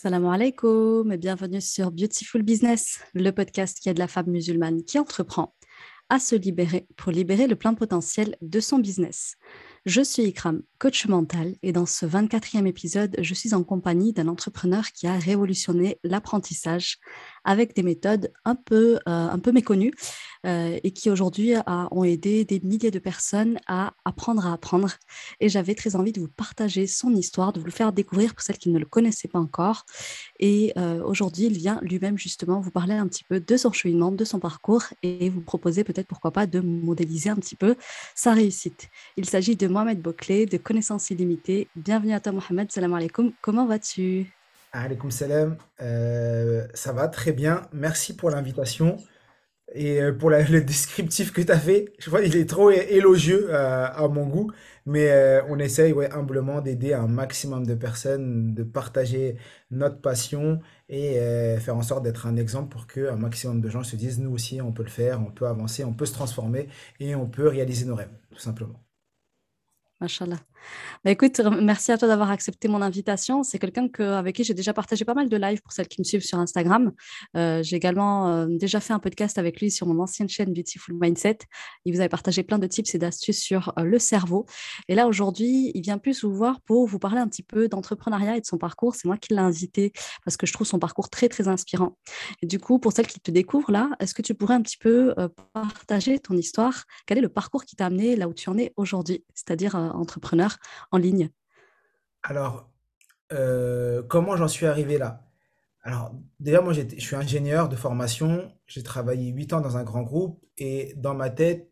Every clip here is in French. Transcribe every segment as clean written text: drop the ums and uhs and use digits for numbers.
Salam alaikum et bienvenue sur Beautiful Business, le podcast qui aide la femme musulmane qui entreprend à se libérer pour libérer le plein potentiel de son business. Je suis Ikram, coach mental, et dans ce 24e épisode, je suis en compagnie d'un entrepreneur qui a révolutionné l'apprentissage avec des méthodes un peu méconnues et qui aujourd'hui ont aidé des milliers de personnes à apprendre à apprendre. Et j'avais très envie de vous partager son histoire, de vous le faire découvrir pour celles qui ne le connaissaient pas encore. Et aujourd'hui, il vient lui-même justement vous parler un petit peu de son cheminement, de son parcours et vous proposer peut-être pourquoi pas de modéliser un petit peu sa réussite. Il s'agit de Mohamed Bouclé, de Connaissances illimitées. Bienvenue à toi Mohamed, salam alaikum. Comment vas-tu? Alaykoum salam. Ça va très bien. Merci pour l'invitation et pour le descriptif que tu as fait. Je vois, il est trop élogieux à mon goût, mais on essaye ouais, humblement d'aider un maximum de personnes, de partager notre passion et faire en sorte d'être un exemple pour que un maximum de gens se disent, nous aussi, on peut le faire, on peut avancer, on peut se transformer et on peut réaliser nos rêves, tout simplement. Machallah. Bah, écoute, merci à toi d'avoir accepté mon invitation. C'est quelqu'un avec qui j'ai déjà partagé pas mal de lives pour celles qui me suivent sur Instagram. J'ai également déjà fait un podcast avec lui sur mon ancienne chaîne Beautiful Mindset. Il vous avait partagé plein de tips et d'astuces sur le cerveau. Et là, aujourd'hui, il vient plus vous voir pour vous parler un petit peu d'entrepreneuriat et de son parcours. C'est moi qui l'ai invité parce que je trouve son parcours très, très inspirant. Et du coup, pour celles qui te découvrent là, est-ce que tu pourrais un petit peu partager ton histoire? Quel est le parcours qui t'a amené là où tu en es aujourd'hui, c'est-à-dire entrepreneur en ligne? Alors, comment j'en suis arrivé là? Alors, déjà, moi, je suis ingénieur de formation. J'ai travaillé 8 ans dans un grand groupe et dans ma tête,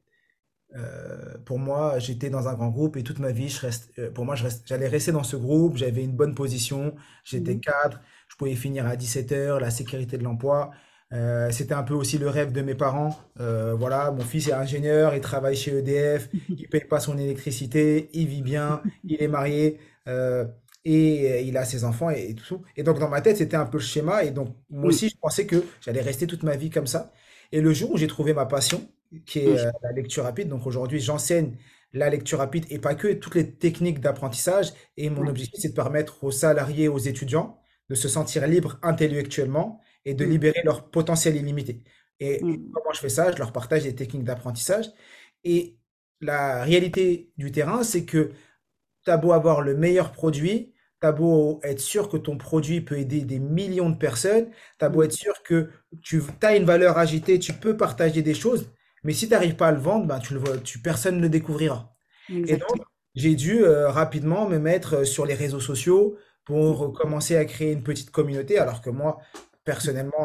pour moi, j'étais dans un grand groupe et toute ma vie, pour moi, j'allais rester dans ce groupe. J'avais une bonne position, j'étais Mhm. cadre, je pouvais finir à 17 heures, la sécurité de l'emploi. C'était un peu aussi le rêve de mes parents. Voilà, mon fils est ingénieur, il travaille chez EDF, il paye pas son électricité, il vit bien, il est marié. euh, et il a ses enfants et tout. Et donc dans ma tête, c'était un peu le schéma. Et donc moi Mm, aussi, je pensais que j'allais rester toute ma vie comme ça. Et le jour où j'ai trouvé ma passion, qui est mm, la lecture rapide, donc aujourd'hui j'enseigne la lecture rapide et pas que, toutes les techniques d'apprentissage. Et mon objectif, c'est de permettre aux salariés, aux étudiants de se sentir libres intellectuellement et de mm, libérer leur potentiel illimité. Et mm, comment je fais ça? Je leur partage des techniques d'apprentissage. Et la réalité du terrain, c'est que t'as beau avoir le meilleur produit, t'as beau être sûr que ton produit peut aider des millions de personnes, t'as beau mm. être sûr que tu as une valeur agitée, tu peux partager des choses, mais si tu n'arrives pas à le vendre, ben personne ne le découvrira. Et donc, Exactement. j'ai dû rapidement me mettre sur les réseaux sociaux pour commencer à créer une petite communauté, alors que moi, personnellement,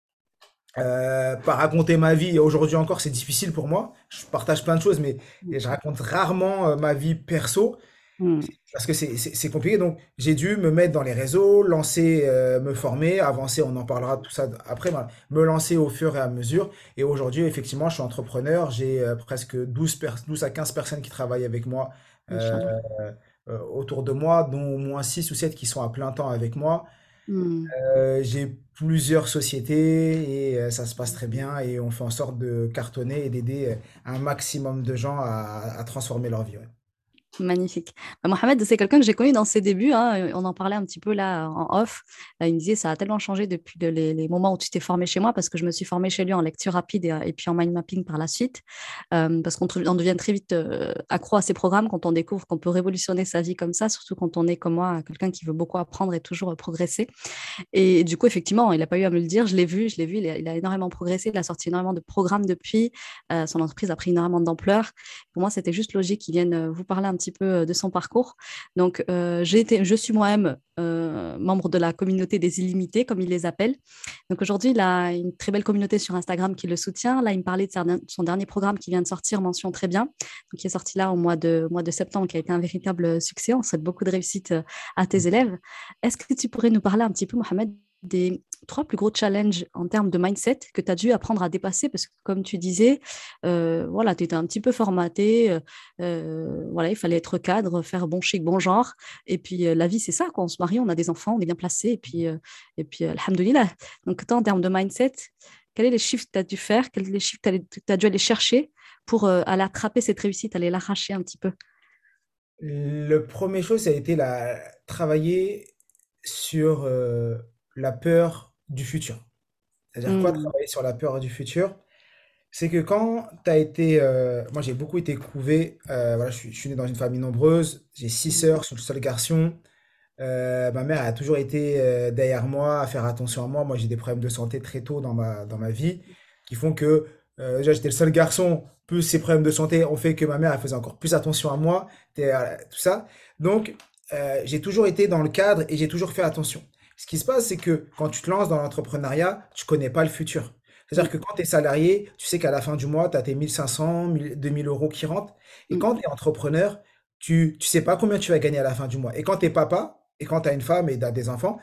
pas raconter ma vie, aujourd'hui encore, c'est difficile pour moi. Je partage plein de choses, mais Mm, je raconte rarement ma vie perso. mm, Parce que c'est compliqué, donc j'ai dû me mettre dans les réseaux, lancer, me former, avancer, on en parlera de tout ça après, me lancer au fur et à mesure. Et aujourd'hui, effectivement, je suis entrepreneur, j'ai presque 12 à 15 personnes qui travaillent avec moi euh, Inch'Allah. autour de moi, dont au moins 6 ou 7 qui sont à plein temps avec moi. Mm. J'ai plusieurs sociétés et ça se passe très bien et on fait en sorte de cartonner et d'aider un maximum de gens à transformer leur vie. Ouais. Magnifique. Mohamed, c'est quelqu'un que j'ai connu dans ses débuts, hein. On en parlait un petit peu là en off. Il me disait ça a tellement changé depuis les moments où tu t'es formé chez moi parce que je me suis formée chez lui en lecture rapide et puis en mind mapping par la suite. Parce on devient très vite accro à ces programmes quand on découvre qu'on peut révolutionner sa vie comme ça, surtout quand on est comme moi, quelqu'un qui veut beaucoup apprendre et toujours progresser. Et du coup, effectivement, il n'a pas eu à me le dire. Je l'ai vu. Il a énormément progressé. Il a sorti énormément de programmes depuis. Son entreprise a pris énormément d'ampleur. Pour moi, c'était juste logique qu'il vienne vous parler un petit peu de son parcours. Donc, je suis moi-même membre de la communauté des illimités, comme il les appelle. Donc, aujourd'hui, il a une très belle communauté sur Instagram qui le soutient. Là, il me parlait de son dernier programme qui vient de sortir, Mention très bien, donc, qui est sorti là au mois de septembre, qui a été un véritable succès. On souhaite beaucoup de réussite à tes élèves. Est-ce que tu pourrais nous parler un petit peu, Mohamed, des trois plus gros challenges en termes de mindset que tu as dû apprendre à dépasser? Parce que, comme tu disais, voilà, tu étais un petit peu formaté. Voilà, il fallait être cadre, faire bon chic, bon genre. Et puis, la vie, c'est ça, quand on se marie, on a des enfants, on est bien placé. Et puis alhamdoulilah. Donc, toi, en termes de mindset, quels sont les chiffres que tu as dû faire? Quels sont les chiffres que tu as dû aller chercher pour aller attraper cette réussite, aller l'arracher un petit peu? Le premier chose, ça a été travailler sur, la peur du futur. C'est-à-dire quoi, Mm. travailler sur la peur du futur? C'est que quand tu as été... moi, j'ai beaucoup été couvé. Voilà, je suis né dans une famille nombreuse. J'ai six Mm. sœurs, je suis le seul garçon. Ma mère a toujours été derrière moi, à faire attention à moi. Moi, j'ai des problèmes de santé très tôt dans ma vie qui font que déjà j'étais le seul garçon, plus ces problèmes de santé ont fait que ma mère elle faisait encore plus attention à moi, tout ça. Donc, j'ai toujours été dans le cadre et j'ai toujours fait attention. Ce qui se passe, c'est que quand tu te lances dans l'entrepreneuriat, tu connais pas le futur. C'est-à-dire que quand tu es salarié, tu sais qu'à la fin du mois, tu as tes 1500, 2000 euros qui rentrent. Et Mm. quand tu es entrepreneur, tu sais pas combien tu vas gagner à la fin du mois. Et quand tu es papa, et quand tu as une femme et t'as des enfants,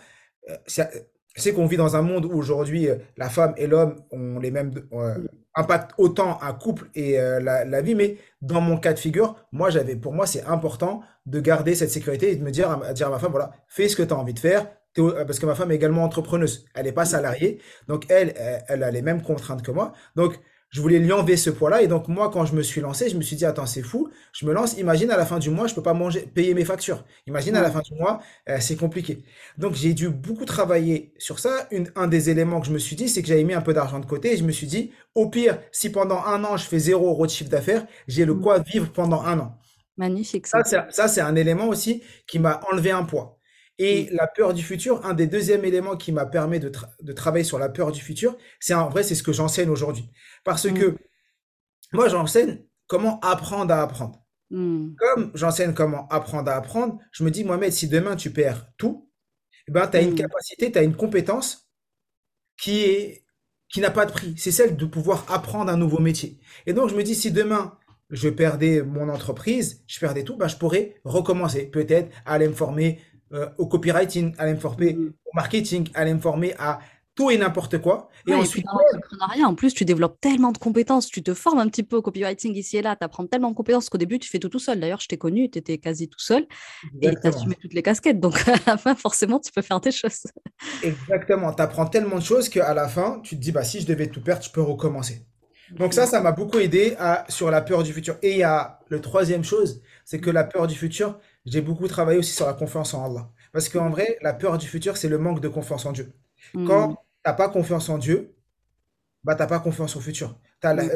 je sais qu'on vit dans un monde où aujourd'hui la femme et l'homme ont les mêmes impactent autant un couple et la vie, mais dans mon cas de figure, pour moi c'est important de garder cette sécurité et de me dire à dire à ma femme, voilà, fais ce que tu as envie de faire. Parce que ma femme est également entrepreneuse, elle n'est pas Mm. salariée, donc elle a les mêmes contraintes que moi. Donc je voulais lui enlever ce poids-là, et donc moi quand je me suis lancé, je me suis dit, attends, c'est fou, je me lance, imagine à la fin du mois, je peux pas manger, payer mes factures. Imagine à la Ouais. fin du mois, c'est compliqué. Donc j'ai dû beaucoup travailler sur ça. Un des éléments que je me suis dit, c'est que j'avais mis un peu d'argent de côté et je me suis dit, au pire, si pendant un an je fais 0 € de chiffre d'affaires, j'ai le Mm. quoi vivre pendant un an. Magnifique ça. Ça, c'est un élément aussi qui m'a enlevé un poids. Mm. Et la peur du futur, un des deuxièmes éléments qui m'a permis de travailler sur la peur du futur, c'est en vrai, c'est ce que j'enseigne aujourd'hui. Parce Mm. que moi, j'enseigne comment apprendre à apprendre. Mm. Comme j'enseigne comment apprendre à apprendre, je me dis, Mohamed, si demain tu perds tout, eh ben, tu as une Mm. capacité, tu as une compétence qui est, qui n'a pas de prix. C'est celle de pouvoir apprendre un nouveau métier. Et donc, je me dis, si demain, je perdais mon entreprise, je perdais tout, ben, je pourrais recommencer. Peut-être aller me former au copywriting, aller me former Mm. au marketing, aller me former à tout et n'importe quoi. Et Ouais, et puis ensuite, dans l'entrepreneuriat, en plus, tu développes tellement de compétences, tu te formes un petit peu au copywriting ici et là, tu apprends tellement de compétences qu'au début, tu fais tout seul. D'ailleurs, je t'ai connu, tu étais quasi tout seul et tu exactement. assumais toutes les casquettes. Donc, à la fin, forcément, tu peux faire des choses. Exactement. Tu apprends tellement de choses qu'à la fin, tu te dis, bah, si je devais tout perdre, je peux recommencer. Donc Mm. ça m'a beaucoup aidé sur la peur du futur. Et il y a le troisième chose, c'est que la peur du futur, j'ai beaucoup travaillé aussi sur la confiance en Allah. Parce qu'en Mm. vrai, la peur du futur, c'est le manque de confiance en Dieu. Quand Mm. t'as pas confiance en Dieu, bah t'as pas confiance au futur. T'as Mm.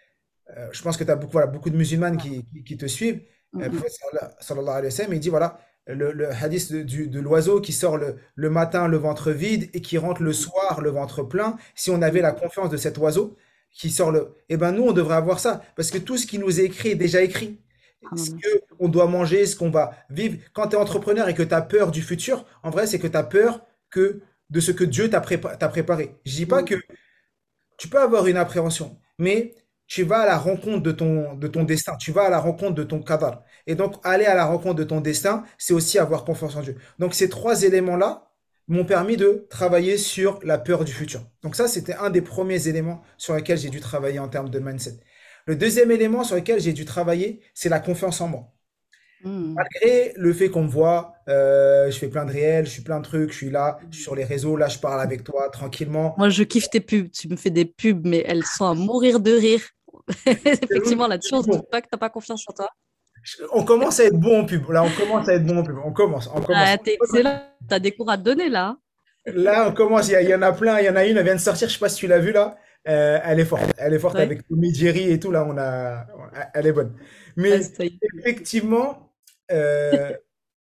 je pense que tu as beaucoup, voilà, beaucoup de musulmanes Ouais. qui te suivent. Mm. Le Mm. prophète sallallahu alayhi wa sallam, il dit voilà, le hadith de l'oiseau qui sort le matin le ventre vide et qui rentre le soir le ventre plein. Si on avait Mm. la confiance de cet oiseau qui sort le. Eh ben nous, on devrait avoir ça. Parce que tout ce qui nous est écrit est déjà écrit. Ce Subhanallah. qu'on doit manger, ce qu'on va vivre. Quand tu es entrepreneur et que tu as peur du futur, en vrai, c'est que tu as peur de ce que Dieu t'a préparé. Je dis pas Mm. que tu peux avoir une appréhension, mais tu vas à la rencontre de ton Mm. destin, tu vas à la rencontre de ton qadar. Et donc, aller à la rencontre de ton destin, c'est aussi avoir confiance en Dieu. Donc, ces trois éléments-là m'ont permis de travailler sur la peur du futur. Donc ça, c'était un des premiers éléments sur lesquels j'ai dû travailler en termes de mindset. Le deuxième élément sur lequel j'ai dû travailler, c'est la confiance en moi. Mm. Malgré le fait qu'on me voit, je fais plein de réels, je suis plein de trucs, je suis là, je suis sur les réseaux, là, je parle avec toi tranquillement. Moi, je kiffe tes pubs. Tu me fais des pubs, mais elles sont à mourir de rire. Effectivement, là-dessus, on se Bon, doute pas que tu n'as pas confiance en toi. on commence à être bon en pub. Là, on commence à être bon en pub. On commence. Ah, t'es excellent. Tu as des cours à te donner, là. Là, on commence. Il y en a plein. Il y en a une, elle vient de sortir. Je sais pas si tu l'as vue là. Elle est forte. Elle est forte Ouais. avec Tommy Jerry et tout. Là, elle est bonne. Ah, Mais ça y est. effectivement, euh,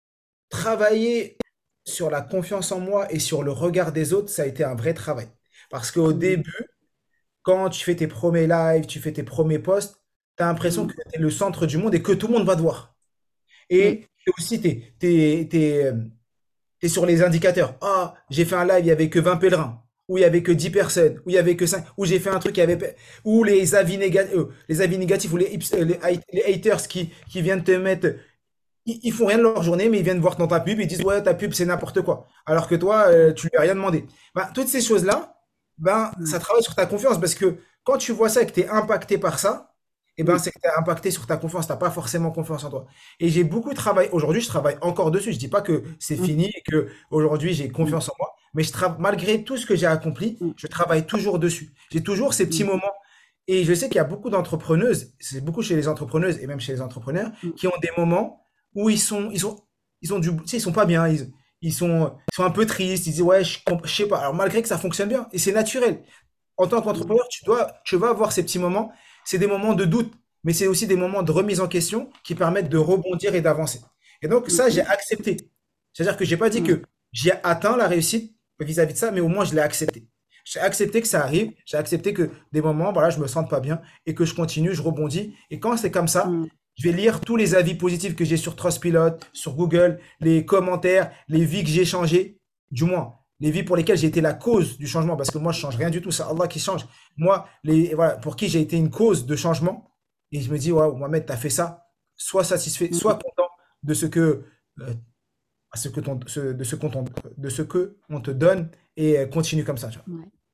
travailler sur la confiance en moi et sur le regard des autres, ça a été un vrai travail. Parce qu'au Mm. début, quand tu fais tes premiers lives, tu fais tes premiers posts, tu as l'impression Mm. que tu es le centre du monde et que tout le monde va te voir. Mm. Et aussi, t'es sur les indicateurs. Ah, j'ai fait un live, il y avait que 20 pèlerins. Ou il y avait que 10 personnes. Ou il y avait que 5. Ou j'ai fait un truc, il y avait. Ou les avis négatifs, ou les haters qui viennent te mettre. Ils font rien de leur journée, mais ils viennent voir dans ta pub, ils disent ouais, ta pub c'est n'importe quoi. Alors que toi, tu lui as rien demandé. Ben, toutes ces choses-là, ben, ça Mm. travaille sur ta confiance parce que quand tu vois ça et que tu es impacté par ça, eh ben, Mm. c'est que tu es impacté sur ta confiance, tu n'as pas forcément confiance en toi. Et j'ai beaucoup travaillé, aujourd'hui je travaille encore dessus, je dis pas que c'est Mm. fini et que aujourd'hui j'ai Mm. confiance en moi, mais malgré tout ce que j'ai accompli, Mm. je travaille toujours dessus. J'ai toujours ces petits Mm. moments. Et je sais qu'il y a beaucoup d'entrepreneuses, c'est beaucoup chez les entrepreneuses et même chez les entrepreneurs, Mm. qui ont des moments où ils sont pas bien. ils sont un peu tristes, ils disent ouais, je sais pas. Alors malgré que ça fonctionne bien, et c'est naturel. En tant qu'entrepreneur, tu vas avoir ces petits moments. C'est des moments de doute, mais c'est aussi des moments de remise en question qui permettent de rebondir et d'avancer. Et donc ça, j'ai accepté. C'est-à-dire que j'ai pas dit que j'ai atteint la réussite vis-à-vis de ça, mais au moins je l'ai accepté. J'ai accepté que ça arrive, j'ai accepté que des moments, voilà, je me sente pas bien et que je continue, je rebondis. Et quand c'est comme ça, je vais lire tous les avis positifs que j'ai sur Trustpilot, sur Google, les commentaires, les vies que j'ai changées, du moins les vies pour lesquelles j'ai été la cause du changement, parce que moi je change rien du tout, c'est Allah qui change. Moi, voilà, pour qui j'ai été une cause de changement, et je me dis, waouh, Mohamed, tu as fait ça, sois satisfait, sois content de ce que, de ce que on te donne et continue comme ça. Tu vois.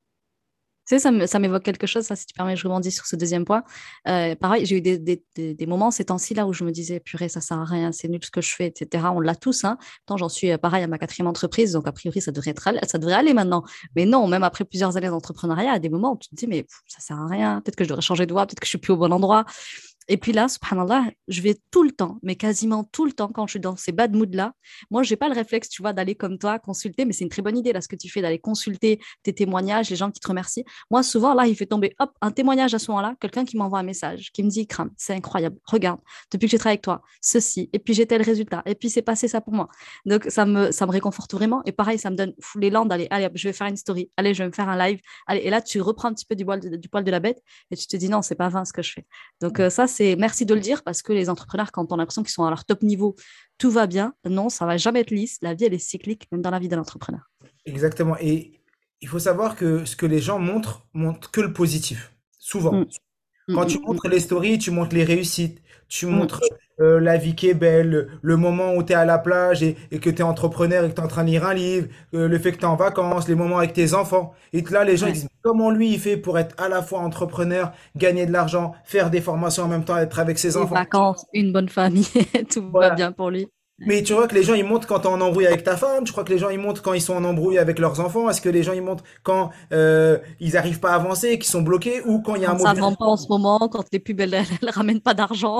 Tu sais, ça m'évoque quelque chose, ça, si tu permets, je rebondis sur ce deuxième point. Pareil, j'ai eu des moments ces temps-ci là où je me disais, purée, ça sert à rien, c'est nul ce que je fais, etc. On l'a tous, hein. Pourtant, j'en suis pareil à ma quatrième entreprise, donc a priori, ça devrait aller maintenant. Mais non, même après plusieurs années d'entrepreneuriat, à des moments où tu te dis, mais ça sert à rien, peut-être que je devrais changer de voie, peut-être que je suis plus au bon endroit. Et puis là, subhanallah, je vais tout le temps, mais quasiment tout le temps, quand je suis dans ces bad moods-là, moi, je n'ai pas le réflexe, tu vois, d'aller comme toi, consulter, mais c'est une très bonne idée, là, ce que tu fais, d'aller consulter tes témoignages, les gens qui te remercient. Moi, souvent, là, il fait tomber, hop, un témoignage à ce moment-là, quelqu'un qui m'envoie un message, qui me dit, Ikram, c'est incroyable, regarde, depuis que j'ai travaillé avec toi, ceci, et puis j'ai tel résultat, et puis c'est passé ça pour moi. Donc, ça me réconforte vraiment, et pareil, ça me donne l'élan d'aller, allez, hop, je vais faire une story, allez, je vais me faire un live, allez, et là, tu reprends un petit peu du poil de la bête, et tu te dis, non, c'est pas vain ce que je fais. Donc ça, c'est merci de le dire parce que les entrepreneurs, quand on a l'impression qu'ils sont à leur top niveau, tout va bien. Non, ça va jamais être lisse. La vie, elle est cyclique, même dans la vie d'un entrepreneur. Exactement. Et il faut savoir que ce que les gens montrent que le positif, Mm, souvent. mm, Quand tu mm, mm, montres les stories, tu montres les réussites, tu mm. montres la vie qui est belle, le moment où tu es à la plage et que tu es entrepreneur et que tu es en train de lire un livre, le fait que tu es en vacances, les moments avec tes enfants. Et que là, les gens ils Ouais. disent comment lui il fait pour être à la fois entrepreneur, gagner de l'argent, faire des formations en même temps, être avec ses Des enfants. vacances, une bonne famille, tout va Voilà. bien pour lui. Ouais. Mais tu vois que les gens ils montent quand t'es en embrouille avec ta femme, je crois que les gens ils montent quand ils sont en embrouille avec leurs enfants, est-ce que les gens ils montent quand ils n'arrivent pas à avancer, qu'ils sont bloqués ou quand il y a un Quand ça mauvais. ne vend pas en ce moment, quand les pubs, elles ramènent pas d'argent.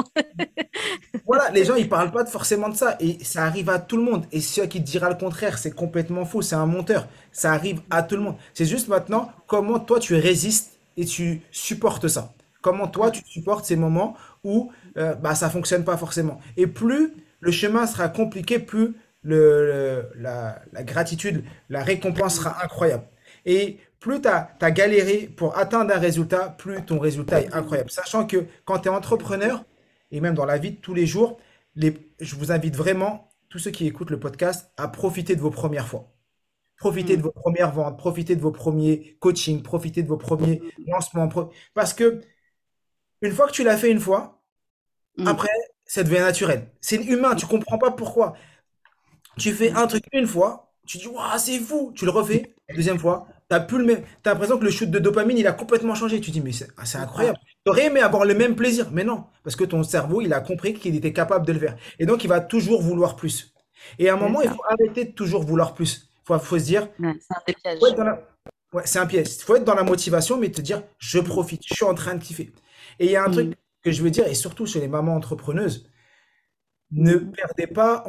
Voilà, les gens, ils parlent pas forcément de ça. Et ça arrive à tout le monde. Et celui qui te dira le contraire, c'est complètement faux. C'est un menteur. Ça arrive à tout le monde. C'est juste maintenant comment toi tu résistes et tu supportes ça. Comment toi tu supportes ces moments où bah, ça fonctionne pas forcément. Et plus le chemin sera compliqué, plus la gratitude, la récompense sera incroyable. Et plus tu as galéré pour atteindre un résultat, plus ton résultat est incroyable. Sachant que quand tu es entrepreneur, et même dans la vie de tous les jours, je vous invite vraiment, tous ceux qui écoutent le podcast, à profiter de vos premières fois. Profitez de Mm, vos premières ventes, profitez de vos premiers coachings, profitez de vos premiers lancements. Parce que une fois que tu l'as fait une fois, mm, après, ça devient naturel. C'est humain, tu comprends pas pourquoi. Tu fais mm. un truc une fois, tu dis, waouh, c'est fou, tu le refais, la deuxième fois, t'as plus le même, t'as l'impression que le shoot de dopamine, il a complètement changé. Tu dis, mais c'est C'est ça. incroyable. T'aurais aimé avoir le même plaisir, mais non, parce que ton cerveau, il a compris qu'il était capable de le faire. Et donc, il va toujours vouloir plus. Et à un C'est moment, il ça. faut arrêter de toujours vouloir plus. Faut se dire, Ouais, c'est un des faut être pièges. dans la, ouais, c'est un piège. Faut être dans la motivation, mais te dire, je profite, je suis en train de kiffer. Et il y a un truc Mm, que je veux dire, et surtout chez les mamans entrepreneuses, ne mm, perdez pas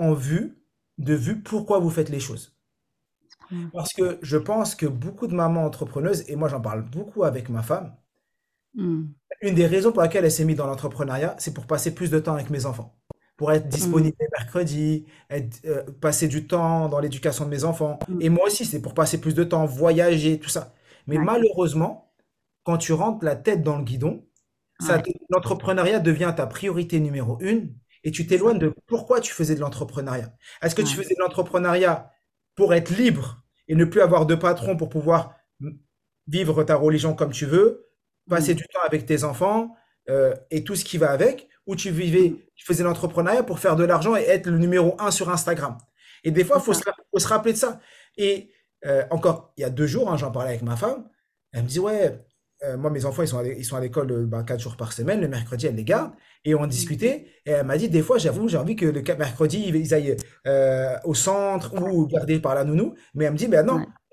de vue pourquoi vous faites les choses. mm, Parce que je pense que beaucoup de mamans entrepreneuses, et moi j'en parle beaucoup avec ma femme, mm, une des raisons pour laquelle elle s'est mise dans l'entrepreneuriat, c'est pour passer plus de temps avec mes enfants. Pour être mm, disponible les mercredis, passer du temps dans l'éducation de mes enfants. mm. Et moi aussi, c'est pour passer plus de temps, voyager, tout ça. Mais Ouais, malheureusement, quand tu rentres la tête dans le guidon, ouais, l'entrepreneuriat devient ta priorité numéro une et tu c'est ça. t'éloignes de pourquoi tu faisais de l'entrepreneuriat. Est-ce que tu Ouais, faisais de l'entrepreneuriat pour être libre et ne plus avoir de patron pour pouvoir vivre ta religion comme tu veux, passer mm, du temps avec tes enfants et tout ce qui va avec, ou mm. tu faisais l'entrepreneuriat pour faire de l'argent et être le numéro un sur Instagram. Et des fois, C'est ça. faut se rappeler de ça. Et encore, il y a 2 jours, hein, j'en parlais avec ma femme, elle me dit, ouais, moi, mes enfants, ils sont à l'école 4 jours par semaine. Le mercredi, elle les garde. Et on Mm, discutait. Et elle m'a dit, des fois, j'avoue, j'ai envie que le mercredi, ils aillent au centre ouais, ou gardés par la nounou. Mais elle me dit, ben non, ouais.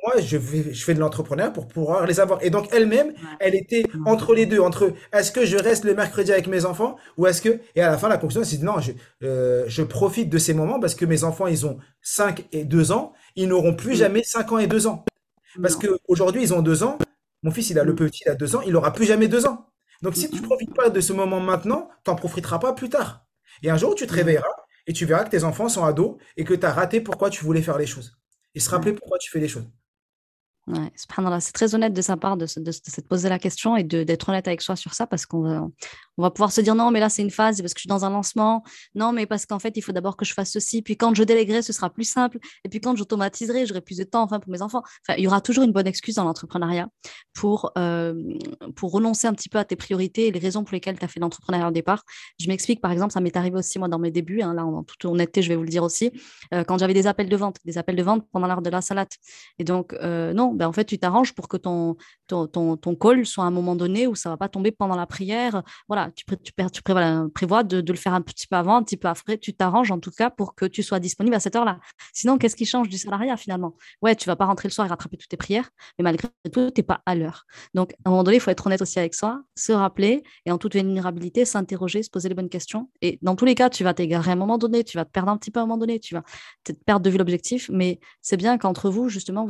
moi, je fais de l'entrepreneuriat pour pouvoir les avoir. Et donc, elle-même, Ouais. elle était Non. entre les deux, entre est-ce que je reste le mercredi avec mes enfants ou est-ce que. Et à la fin, la conclusion, c'est non, je profite de ces moments parce que mes enfants, ils ont 5 et 2 ans. Ils n'auront plus Mm. jamais 5 ans et 2 ans. Parce Non. qu'aujourd'hui, ils ont 2 ans. Mon fils, il a le Mm. petit, il a 2 ans. Il n'aura plus jamais 2 ans. Donc, Mm, si tu ne mm. profites pas de ce moment maintenant, tu n'en profiteras pas plus tard. Et un jour, tu te Ouais. réveilleras et tu verras que tes enfants sont ados et que tu as raté pourquoi tu voulais faire les choses. Et se rappeler Ouais. pourquoi tu fais les choses. Ouais, subhanallah, c'est très honnête de sa part de se poser la question et d'être honnête avec soi sur ça parce on va pouvoir se dire non, mais là c'est une phase, c'est parce que je suis dans un lancement, non, mais parce qu'en fait il faut d'abord que je fasse ceci, puis quand je déléguerai ce sera plus simple, et puis quand j'automatiserai j'aurai plus de temps enfin pour mes enfants. Enfin, il y aura toujours une bonne excuse dans l'entrepreneuriat pour, euh, pour renoncer un petit peu à tes priorités et les raisons pour lesquelles tu as fait l'entrepreneuriat au départ. Je m'explique, par exemple, ça m'est arrivé aussi moi dans mes débuts, hein, là en toute honnêteté je vais vous le dire aussi, quand j'avais des appels de vente pendant l'heure de la salade. Et donc, non, ben, en fait, tu t'arranges pour que ton call soit à un moment donné où ça ne va pas tomber pendant la prière. Voilà, voilà, prévois de le faire un petit peu avant, un petit peu après. Tu t'arranges en tout cas pour que tu sois disponible à cette heure-là. Sinon, qu'est-ce qui change du salariat finalement? Ouais, tu vas pas rentrer le soir et rattraper toutes tes prières, mais malgré tout, tu n'es pas à l'heure. Donc, à un moment donné, il faut être honnête aussi avec soi, se rappeler et en toute vulnérabilité, s'interroger, se poser les bonnes questions. Et dans tous les cas, tu vas t'égarer à un moment donné, tu vas te perdre un petit peu à un moment donné, tu vas peut-être perdre de vue l'objectif, mais c'est bien qu'entre vous, justement,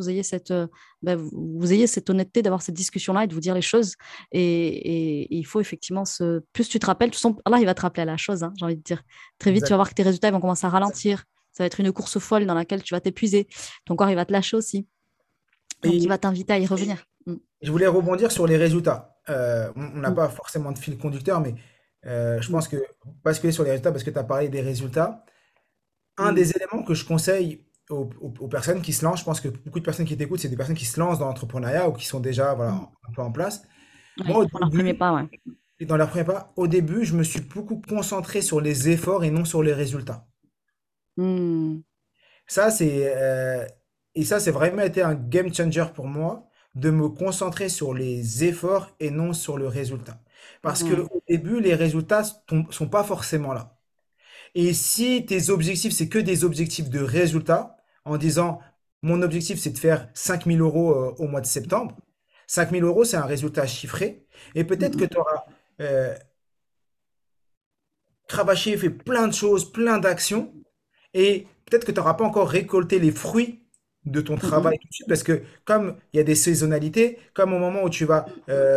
vous ayez cette honnêteté d'avoir cette discussion-là et de vous dire les choses. Et il faut effectivement plus tu te rappelles, Allah, il va te rappeler à la chose, hein, j'ai envie de dire. Très vite, tu vas Exact. voir que tes résultats ils vont commencer à ralentir. Ça va être une course folle dans laquelle tu vas t'épuiser. Ton corps, il va te lâcher aussi. Donc, il Et va t'inviter à y revenir. Mm. je voulais rebondir sur les résultats. On n'a Mm. pas forcément de fil conducteur, mais je Mm. pense que basculer sur les résultats, parce que tu as parlé des résultats, un Mm. des éléments que je conseille aux personnes qui se lancent, je pense que beaucoup de personnes qui t'écoutent, c'est des personnes qui se lancent dans l'entrepreneuriat ou qui sont déjà Mm. voilà, un peu en place. Ouais, Moi, au ils font leur premier début, pas, ouais. et dans la première pas, au début, je me suis beaucoup concentré sur les efforts et non sur les résultats. Mm. Ça, et ça, c'est vraiment été un game changer pour moi de me concentrer sur les efforts et non sur le résultat. Parce que Ouais. au début, les résultats sont pas forcément là. Et si tes objectifs, c'est que des objectifs de résultats, en disant, mon objectif, c'est de faire 5 000 € au mois de septembre, 5 000 €, c'est un résultat chiffré. Et peut-être que Mm. tu auras cravaché, fait plein de choses, plein d'actions, et peut-être que tu n'auras pas encore récolté les fruits de ton Mm. Mm. travail tout de suite, parce que comme il y a des saisonnalités, comme au moment où tu vas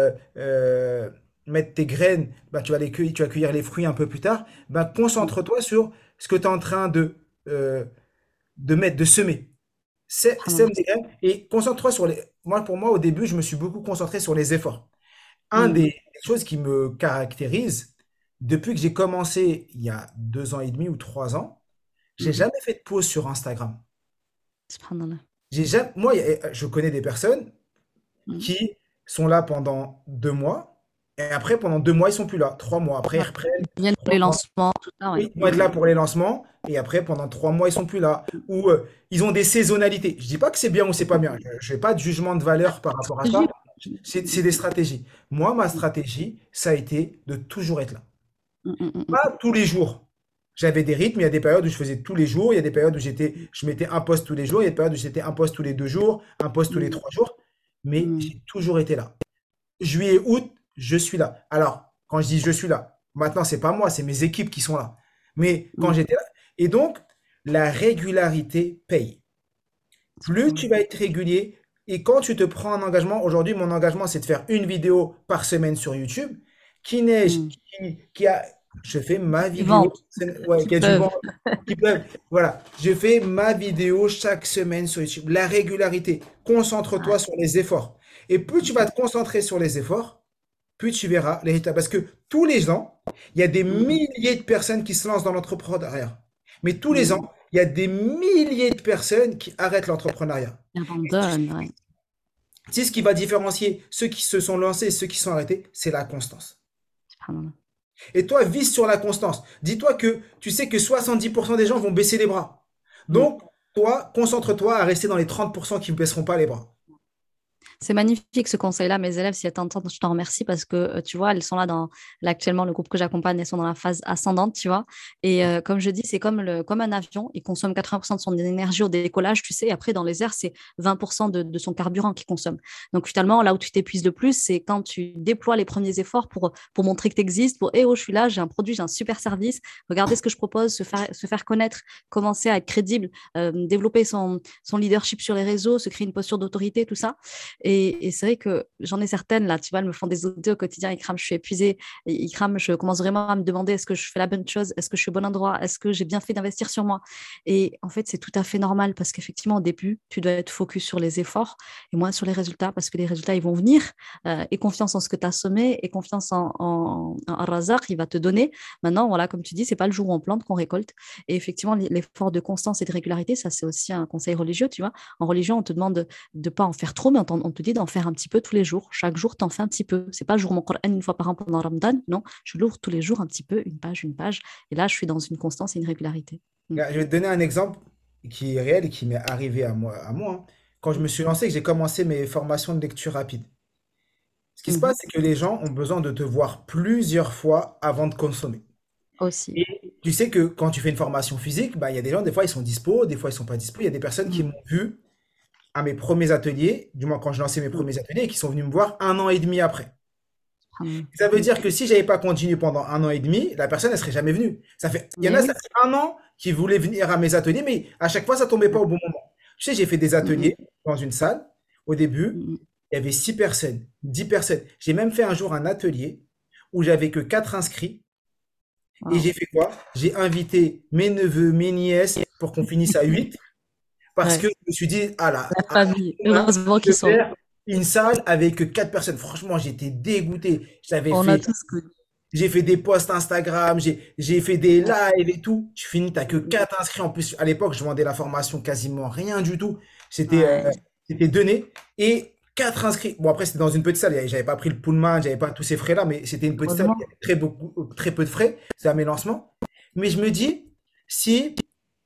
mettre tes graines, bah, tu vas cueillir les fruits un peu plus tard, bah, Mm. concentre-toi sur ce que tu es en train euh, de mettre, de semer. Sème Subhanallah. des graines et concentre-toi sur les. Moi, pour moi, au début, je me suis beaucoup concentré sur les efforts. Un Mm. des choses qui me caractérise, depuis que j'ai commencé il y a 2 ans et demi ou 3 ans, j'ai Mm. jamais fait de pause sur Instagram. Subhanallah. Moi, je connais des personnes Mm. qui sont là pendant 2 mois et après, pendant 2 mois, ils sont plus là. 3 mois après, ils Ouais. reprennent. Ils viennent pour les 3 mois. lancements, tout ça, ouais. Oui, ils vont Mm. être là pour les lancements et après, pendant 3 mois, ils sont plus là. Ou ils ont des saisonnalités. Je dis pas que c'est bien ou c'est pas bien. Je n'ai pas de jugement de valeur par rapport à ça. Stratégie. C'est des stratégies. Moi, ma stratégie, ça a été de toujours être là. Mm. Mm. Mm. Mm. Pas tous les jours. J'avais des rythmes, il y a des périodes où je faisais tous les jours, il y a des périodes où je mettais un post tous les jours, il y a des périodes où c'était un post tous les 2 jours, un post tous les Mm. 3 jours, mais Mm. j'ai toujours été là. Juillet, août, je suis là. Alors, quand je dis je suis là, maintenant, c'est pas moi, c'est mes équipes qui sont là. Mais quand Mm. j'étais là, et donc, la régularité paye. Plus tu Subhanallah. vas être régulier, et quand tu te prends un engagement, aujourd'hui, mon engagement, c'est de faire une vidéo par semaine sur YouTube. Qui neige, Mm. qui a, je fais ma Qui vidéo, vendent, ouais, qui qui a du vent, peuvent. qui peuvent, voilà. Je fais ma vidéo chaque semaine sur YouTube. La régularité. Concentre-toi Ouais. sur les efforts. Et plus tu vas te concentrer sur les efforts, plus tu verras les résultats. Parce que tous les ans, il y a des Mm. milliers de personnes qui se lancent dans l'entrepreneuriat. Mais tous les ans, Mm. il y a des milliers de personnes qui arrêtent l'entrepreneuriat. Ils Et tu abandonnent, ouais. sais ce qui va différencier ceux qui se sont lancés et ceux qui sont arrêtés, c'est la constance. Subhanallah. Et toi, vise sur la constance. Dis-toi que tu sais que 70% des gens vont baisser les bras. Mm. Donc, toi, concentre-toi à rester dans les 30% qui ne baisseront pas les bras. C'est magnifique ce conseil-là. Mes élèves, si elles t'entendent, je t'en remercie parce que tu vois, elles sont là actuellement, le groupe que j'accompagne, elles sont dans la phase ascendante, tu vois. Et comme je dis, c'est comme un avion. Il consomme 80% de son énergie au décollage, tu sais. Et après, dans les airs, c'est 20% de son carburant qui consomme. Donc finalement, là où tu t'épuises le plus, c'est quand tu déploies les premiers efforts pour montrer que tu existes, pour, oh, je suis là, j'ai un produit, j'ai un super service, regardez ce que je propose, se faire connaître, commencer à être crédible, développer son leadership sur les réseaux, se créer une posture d'autorité, tout ça. Et c'est vrai que j'en ai certaines, là, tu vois, elles me font des audits au quotidien, ils crament, je suis épuisée, ils crament, je commence vraiment à me demander est-ce que je fais la bonne chose, est-ce que je suis au bon endroit, est-ce que j'ai bien fait d'investir sur moi. Et en fait, c'est tout à fait normal parce qu'effectivement, au début, tu dois être focus sur les efforts et moins sur les résultats parce que les résultats, ils vont venir. Et confiance en ce que tu as semé et confiance en Razak, il va te donner. Maintenant, voilà, comme tu dis, c'est pas le jour où on plante qu'on récolte. Et effectivement, l'effort de constance et de régularité, ça, c'est aussi un conseil religieux, tu vois. En religion, on te demande de pas en faire trop, mais on te dit d'en faire un petit peu tous les jours. Chaque jour, t'en fais un petit peu. C'est pas je jour mon Coran une fois par an pendant Ramadan. Non, je l'ouvre tous les jours un petit peu, une page, une page. Et là, je suis dans une constance et une régularité. Mm. Là, je vais te donner un exemple qui est réel et qui m'est arrivé à moi, hein. Quand je me suis lancé, que j'ai commencé mes formations de lecture rapide. Ce qui se passe, Mhm. c'est que les gens ont besoin de te voir plusieurs fois avant de consommer. Aussi. Et tu sais que quand tu fais une formation physique, bah, il y a des gens, des fois, ils sont dispo, des fois, ils sont pas dispo. Il y a des personnes qui Mm. m'ont vu à mes premiers ateliers, du moins quand je lançais mes Mm. premiers ateliers, et qui sont venus me voir 1 an et demi après. Subhanallah. Ça veut Mm. dire que si j'avais pas continué pendant 1 an et demi, la personne, elle serait jamais venue. Il y en Mais a, ça oui. fait 1 an qui voulaient venir à mes ateliers, mais à chaque fois, ça tombait pas au bon moment. Tu sais, j'ai fait des Mm, mm, ateliers dans une salle. Au début, mm, mm. il y avait 6 personnes, 10 personnes. J'ai même fait un jour un atelier où j'avais que 4 inscrits. Et Wow. j'ai fait quoi? J'ai invité mes neveux, mes nièces pour qu'on finisse à 8. Parce que Ouais. je me suis dit, ah là, La à famille. là, Heureusement je qu'ils vais sont là. faire une salle avec que 4 personnes. Franchement, j'étais dégoûté. J'avais On a fait tous connu. J'ai fait des posts Instagram, j'ai fait des Ouais. lives et tout. Tu finis, t'as que Mm, mm. 4 inscrits. En plus, à l'époque, je vendais la formation quasiment rien du tout. C'était Ouais. c'était donné. Et 4 inscrits. Bon, après, c'était dans une petite salle. J'avais pas pris le pullman, j'avais pas tous ces frais-là, mais c'était une petite salle. Il y Heureusement. avait très peu de frais. C'est à mes lancements. Mais je me dis, si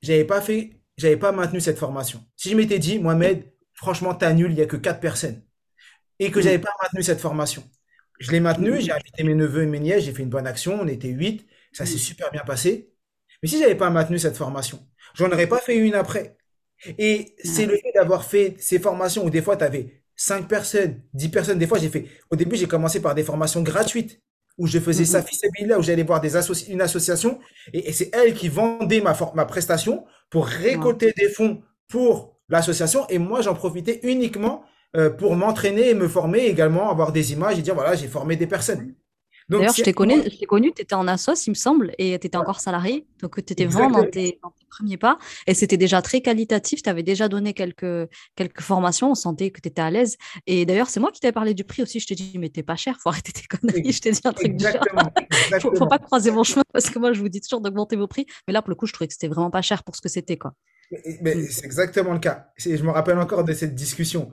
j'avais pas maintenu cette formation, si je m'étais dit, Mohamed, franchement, t'as nul, il y a que 4 personnes et que Mm, j'avais pas maintenu cette formation. Je l'ai mm, maintenu, j'ai mm, invité mes neveux et mes nièces, j'ai fait une bonne action, on était 8, ça s'est mm. super bien passé. Mais si j'avais pas maintenu cette formation, j'en aurais pas fait une après. Et c'est Ouais. le fait d'avoir fait ces formations où des fois tu avais 5 personnes, 10 personnes, des fois au début j'ai commencé par des formations gratuites où je Mm, faisais ça mm. fisabilillah, où j'allais voir une association et c'est elle qui vendait ma prestation pour Wow. récolter des fonds pour l'association et moi j'en profitais uniquement pour m'entraîner et me former également, avoir des images et dire voilà, j'ai formé des personnes. Donc D'ailleurs, c'est je t'ai connu, tu étais en assos, il me semble, et tu étais ouais, encore salarié. Donc, tu étais vraiment exactement. dans tes premiers pas. Et c'était déjà très qualitatif. Tu avais déjà donné quelques formations. On sentait que tu étais à l'aise. Et d'ailleurs, c'est moi qui t'avais parlé du prix aussi. Je t'ai dit, mais t'es pas cher, faut arrêter tes conneries. Je t'ai dit un truc du genre. Exactement, Faut pas exactement. croiser mon chemin parce que moi, je vous dis toujours d'augmenter vos prix. Mais là, pour le coup, je trouvais que c'était vraiment pas cher pour ce que c'était, quoi. Mais Mm. c'est exactement le cas. Je me rappelle encore de cette discussion.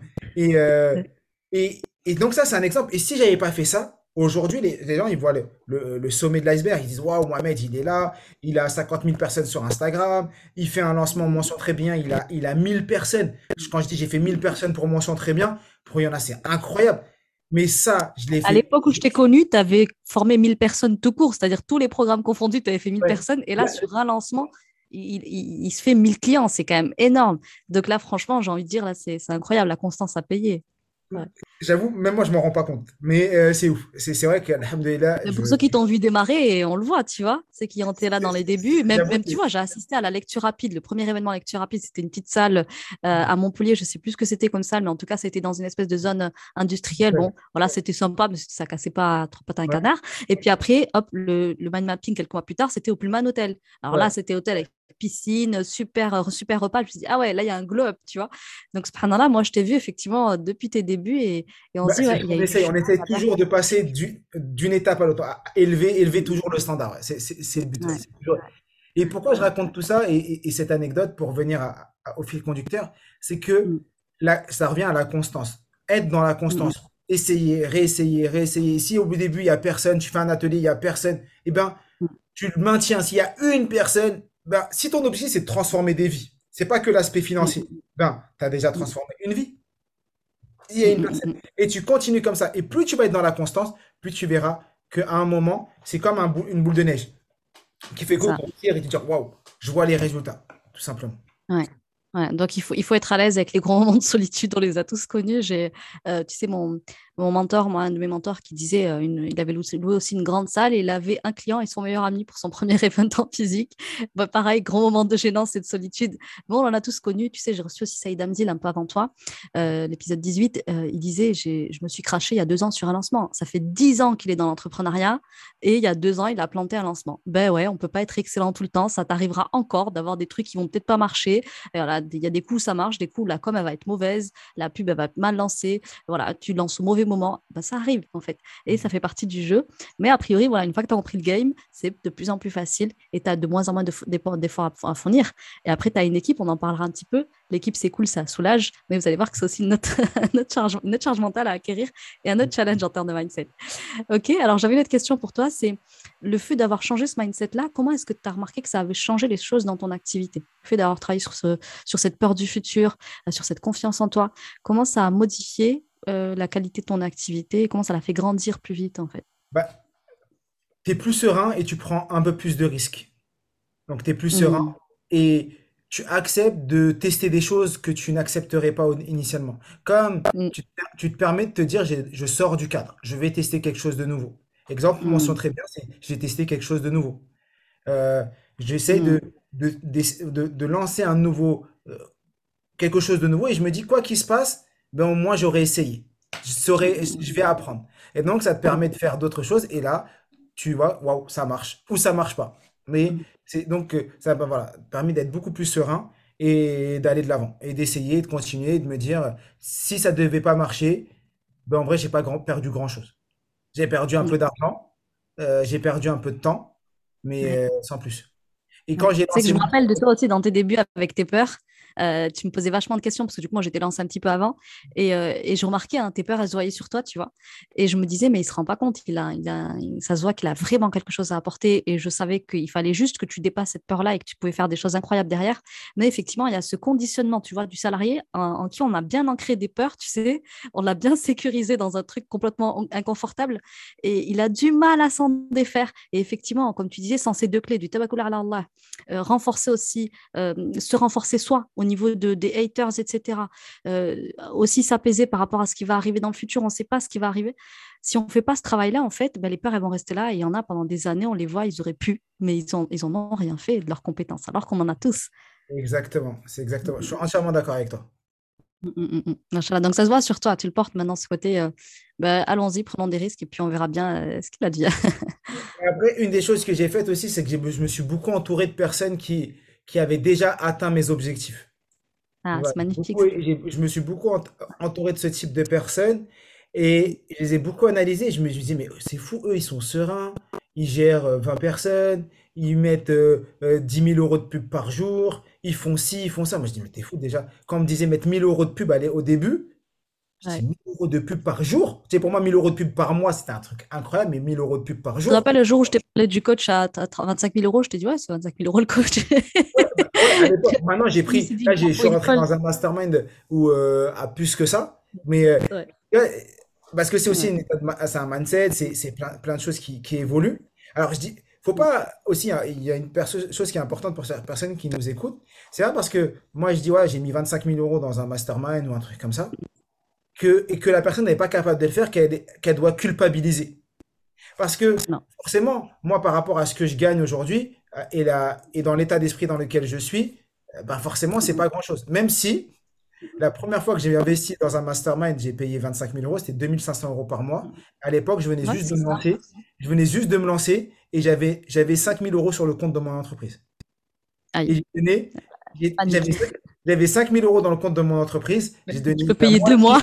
Et donc ça, c'est un exemple. Et si j'avais pas fait ça, aujourd'hui, les gens, ils voient le sommet de l'iceberg. Ils disent, waouh, Mohamed, il est là, il a 50 000 personnes sur Instagram, il fait un lancement mention très bien, il a 1000 personnes. Quand je dis j'ai fait 1000 personnes pour mention très bien, pour il y en a, c'est incroyable. Mais ça, je l'ai À fait. l'époque où je t'ai connu, tu avais formé 1000 personnes tout court, c'est-à-dire tous les programmes confondus, tu avais fait 1000 Ouais. personnes. Et là, sur un lancement, il se fait 1000 clients, c'est quand même énorme. Donc là, franchement, j'ai envie de dire, là, c'est incroyable, la constance à payer. Ouais. J'avoue, même moi, je m'en rends pas compte. Mais c'est ouf. C'est vrai qu'Alhamdulillah, Mais pour ceux qui t'ont vu démarrer, on le voit, tu vois, ceux qui ont été là dans les débuts, j'avoue, même tu vois, j'ai assisté à la lecture rapide. Le premier événement lecture rapide, c'était une petite salle à Montpellier, je sais plus ce que c'était comme salle, mais en tout cas, c'était dans une espèce de zone industrielle. ouais, Bon, voilà, c'était sympa, mais ça cassait pas trop pas un ouais, canard. Et puis après, hop, le mind mapping quelques mois plus tard, c'était au Pullman Hotel. Alors là, ouais. c'était hôtel avec piscine, super repas. Je me suis dit, ah ouais, là, il y a un glow up, tu vois. Donc, subhanallah, moi, je t'ai vu effectivement depuis tes débuts et on se Bah, dit, c'est ouais, ce il y a qu'on eu du essaye. On chemin, essaye ça a bien toujours de passer commencé. d'une étape à l'autre, à élever toujours le standard. Ouais. C'est le but. Ouais. Ouais. Et pourquoi je raconte tout ça et cette anecdote pour revenir au fil conducteur, c'est que Mm, ça revient à la constance. Être dans la mm, constance. Essayer, réessayer, réessayer. Si au début, il n'y a personne, tu fais un atelier, il n'y a personne, eh ben, mm. tu le maintiens. S'il y a une personne, ben, si ton objectif, c'est de transformer des vies, c'est pas que l'aspect Mm, financier, mm, ben, tu as déjà mm. transformé une vie. Il y a Mm, une mm, personne. mm. Et tu continues comme ça. Et plus tu vas être dans la constance, plus tu verras qu'à un moment, c'est comme une boule de neige qui fait C'est ça. grossir et tu te dis, waouh, je vois les résultats, tout simplement. Ouais. Ouais, donc il faut être à l'aise avec les grands moments de solitude, on les a tous connus. Tu sais, mon mentor, moi, un de mes mentors qui disait, il avait loué aussi une grande salle et il avait un client et son meilleur ami pour son premier event en physique. Bah, pareil, grand moment de gênance et de solitude. Bon, on en a tous connu. Tu sais, j'ai reçu aussi Saïd Hamzil un peu avant toi, l'épisode 18. Il disait, je me suis craché il y a 2 ans sur un lancement. Ça fait 10 ans qu'il est dans l'entrepreneuriat et il y a 2 ans, il a planté un lancement. Ben ouais, on peut pas être excellent tout le temps. Ça t'arrivera encore d'avoir des trucs qui vont peut-être pas marcher. Et voilà, il y a des coups, ça marche, des coups, la com, elle va être mauvaise, la pub, elle va être mal lancée. Voilà, tu lances au mauvais moment, ben, ça arrive en fait. Et ça fait partie du jeu. Mais a priori, voilà, une fois que tu as compris le game, c'est de plus en plus facile et tu as de moins en moins d'efforts à fournir. Et après, tu as une équipe, on en parlera un petit peu. L'équipe, c'est cool, ça soulage, mais vous allez voir que c'est aussi notre charge mentale à acquérir et un autre challenge en termes de mindset. Ok, alors j'avais une autre question pour toi, c'est le fait d'avoir changé ce mindset-là, comment est-ce que tu as remarqué que ça avait changé les choses dans ton activité? Le fait d'avoir travaillé sur cette peur du futur, sur cette confiance en toi, comment ça a modifié la qualité de ton activité et comment ça l'a fait grandir plus vite en fait? Bah, tu es plus serein et tu prends un peu plus de risques. Donc, tu es plus serein Hmm, et tu acceptes de tester des choses que tu n'accepterais pas initialement. Comme hmm, tu te permets de te dire, je sors du cadre, je vais tester quelque chose de nouveau. Exemple, mention hmm, très bien, c'est j'ai testé quelque chose de nouveau. Euh, J'essaie hmm, de lancer un nouveau, quelque chose de nouveau et je me dis, quoi qu'il se passe, ben, au moins j'aurais essayé. Je vais apprendre. Et donc, ça te permet de faire d'autres choses et là, tu vois, waouh, ça marche ou ça marche pas. Mais hmm, c'est donc ça m'a voilà, permis d'être beaucoup plus serein et d'aller de l'avant et d'essayer, de continuer, de me dire si ça devait pas marcher, ben en vrai, j'ai pas perdu grand-chose. J'ai perdu un hmm. peu d'argent, j'ai perdu un peu de temps, mais Ouais. sans plus. Et Ouais. quand j'ai Tu sais que lancé je me mon... rappelle de toi aussi dans tes débuts avec tes peurs. Tu me posais vachement de questions parce que du coup, moi, j'étais lancée un petit peu avant. Et je remarquais, hein, tes peurs, elles se voyaient sur toi, tu vois. Et je me disais, mais il se rend pas compte. Ça se voit qu'il a vraiment quelque chose à apporter. Et je savais qu'il fallait juste que tu dépasses cette peur-là et que tu pouvais faire des choses incroyables derrière. Mais effectivement, il y a ce conditionnement, tu vois, du salarié en qui on a bien ancré des peurs, tu sais. On l'a bien sécurisé dans un truc complètement inconfortable. Et il a du mal à s'en défaire. Et effectivement, comme tu disais, sans ces 2 clés, du tabakoul ala Allah, renforcer aussi, se renforcer soi au niveau des haters, etc. Aussi s'apaiser par rapport à ce qui va arriver dans le futur. On ne sait pas ce qui va arriver. Si on ne fait pas ce travail-là, en fait, ben, les peurs, elles vont rester là. Et il y en a pendant des années, on les voit, ils auraient pu, mais ils en ont rien fait de leurs compétences, alors qu'on en a tous. Exactement, c'est exactement. Je suis entièrement d'accord avec toi. Mm, mm, mm, mm. Machallah. Donc ça se voit sur toi, tu le portes maintenant, ce côté, ben, allons-y, prenons des risques et puis on verra bien ce qu'il a dit. Et après, une des choses que j'ai faites aussi, c'est que je me suis beaucoup entouré de personnes qui avaient déjà atteint mes objectifs. Ah, Voilà, c'est magnifique. je me suis beaucoup entouré de ce type de personnes et je les ai beaucoup analysées. Et je me suis dit, mais c'est fou, eux, ils sont sereins, ils gèrent 20 personnes, ils mettent 10 000 euros de pub par jour, ils font ci, ils font ça. Moi, je dis, mais t'es fou déjà. Quand on me disait mettre 1000 euros de pub allez, au début, je dis Ouais. 1000 euros de pub par jour. Tu sais, pour moi, 1000 euros de pub par mois, c'était un truc incroyable, mais 1000 euros de pub par Tu te jour. rappelles le jour où je t'ai parlé du coach à 25 000 euros, je t'ai dit, ouais, c'est 25 000 euros le coach. Ouais, bah, ouais, à l'époque. Maintenant, j'ai Je me pris. suis dit, Là, il m'en je faut suis une rentré folle. dans un mastermind où à plus que ça. Mais Ouais, ouais, parce que c'est aussi ouais. c'est un mindset, c'est plein de choses qui évoluent. Alors, je dis, faut pas aussi, hein, il y a une chose qui est importante pour certaines personnes qui nous écoutent. C'est pas parce que moi, je dis, ouais, j'ai mis 25 000 euros dans un mastermind ou un truc comme ça, et que la personne n'est pas capable de le faire, qu'elle doit culpabiliser. Parce que Non. forcément, moi, par rapport à ce que je gagne aujourd'hui et dans l'état d'esprit dans lequel je suis, ben forcément, c'est Mm, pas grand-chose. Même si la première fois que j'ai investi dans un mastermind, j'ai payé 25 000 euros, c'était 2500 euros par mois. mm. À l'époque, je venais Ouais, juste de c'est me ça. lancer. Je venais juste de me lancer et j'avais 5 000 euros sur le compte de mon entreprise. Et Aïe, j'ai donné, panique. j'avais 5 000 euros dans le compte de mon entreprise. J'ai Je donné peux la payer 2 mois. moitié.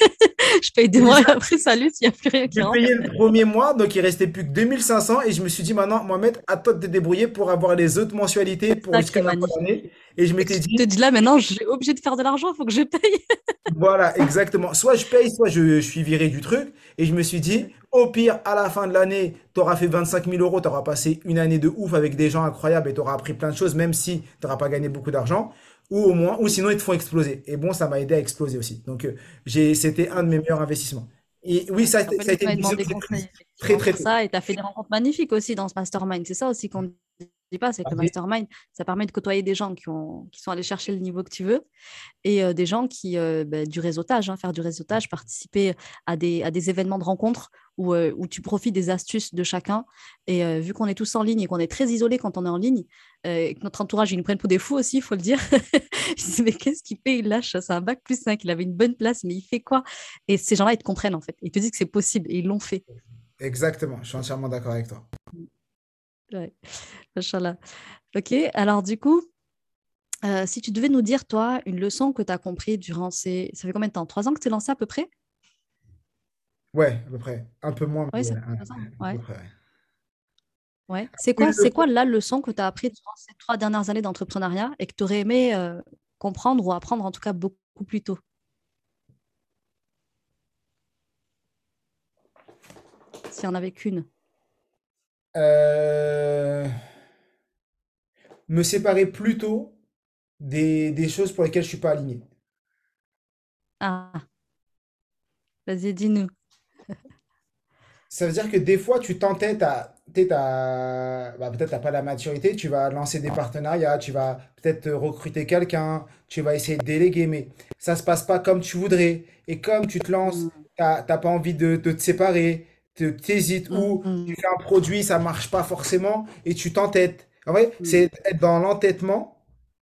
Je paye deux C'est mois et ça. après, salut, il n'y a plus rien qui J'ai rentre. payé le premier mois, donc il restait plus que 2500 et je me suis dit maintenant, Mohamed, à toi de te débrouiller pour avoir les autres mensualités C'est pour ça qui jusqu'à est la fin de magnifique. l'année. Et je C'est que m'étais tu te dit, dis là, maintenant, je suis obligé de faire de l'argent, il faut que je paye. voilà, exactement. Soit je paye, soit je suis viré du truc. Et je me suis dit, au pire, à la fin de l'année, tu auras fait 25 000 euros, tu auras passé une année de ouf avec des gens incroyables et tu auras appris plein de choses, même si tu n'auras pas gagné beaucoup d'argent. ou au moins, ou sinon ils te font exploser. Et bon, ça m'a aidé à exploser aussi. Donc, c'était un de mes meilleurs investissements. Et oui, Ouais. ça a Après, été tu une m'avais décision demandé que j'ai conseil prise très effectivement très sur tôt. ça et tu as fait des rencontres magnifiques aussi dans ce mastermind. C'est ça aussi qu'on ne dit pas, c'est que le mastermind, ça permet de côtoyer des gens qui sont allés chercher le niveau que tu veux et des gens qui, du réseautage, hein, faire du réseautage, participer à des événements de rencontres où tu profites des astuces de chacun. Et vu qu'on est tous en ligne et qu'on est très isolé quand on est en ligne, et que notre entourage, ils nous prennent pour des fous aussi, il faut le dire. Je dis, mais qu'est-ce qu'il fait? Il lâche, c'est un bac plus 5, il avait une bonne place, mais il fait quoi? Et ces gens-là, ils te comprennent en fait. Ils te disent que c'est possible et ils l'ont fait. Exactement, je suis entièrement d'accord avec toi. Ouais, machallah. Ok, alors du coup, si tu devais nous dire, toi, une leçon que tu as compris durant ces... Ça fait combien de temps? 3 ans que tu es lancé à peu près? Ouais, à peu près. Un peu moins, Oui, mais ça fait 3 ans. à peu Ouais. près. Ouais. Ouais. Une C'est quoi leçon. la leçon que tu as appris durant ces 3 dernières années d'entrepreneuriat et que tu aurais aimé comprendre ou apprendre en tout cas beaucoup plus tôt, s'il y en avait qu'une? Euh, Me séparer plus tôt des choses pour lesquelles je suis pas aligné. Ah, vas-y, dis-nous. Ça veut dire que des fois, tu t'entêtes à, bah, peut-être t'as pas la maturité, tu vas lancer des partenariats, tu vas peut-être recruter quelqu'un, tu vas essayer de déléguer, mais ça se passe pas comme tu voudrais. Et comme tu te lances, Mm, t'as pas envie de te séparer, t'hésites ou tu mm, fais un produit, ça marche pas forcément et tu t'entêtes. En vrai, mm, c'est être dans l'entêtement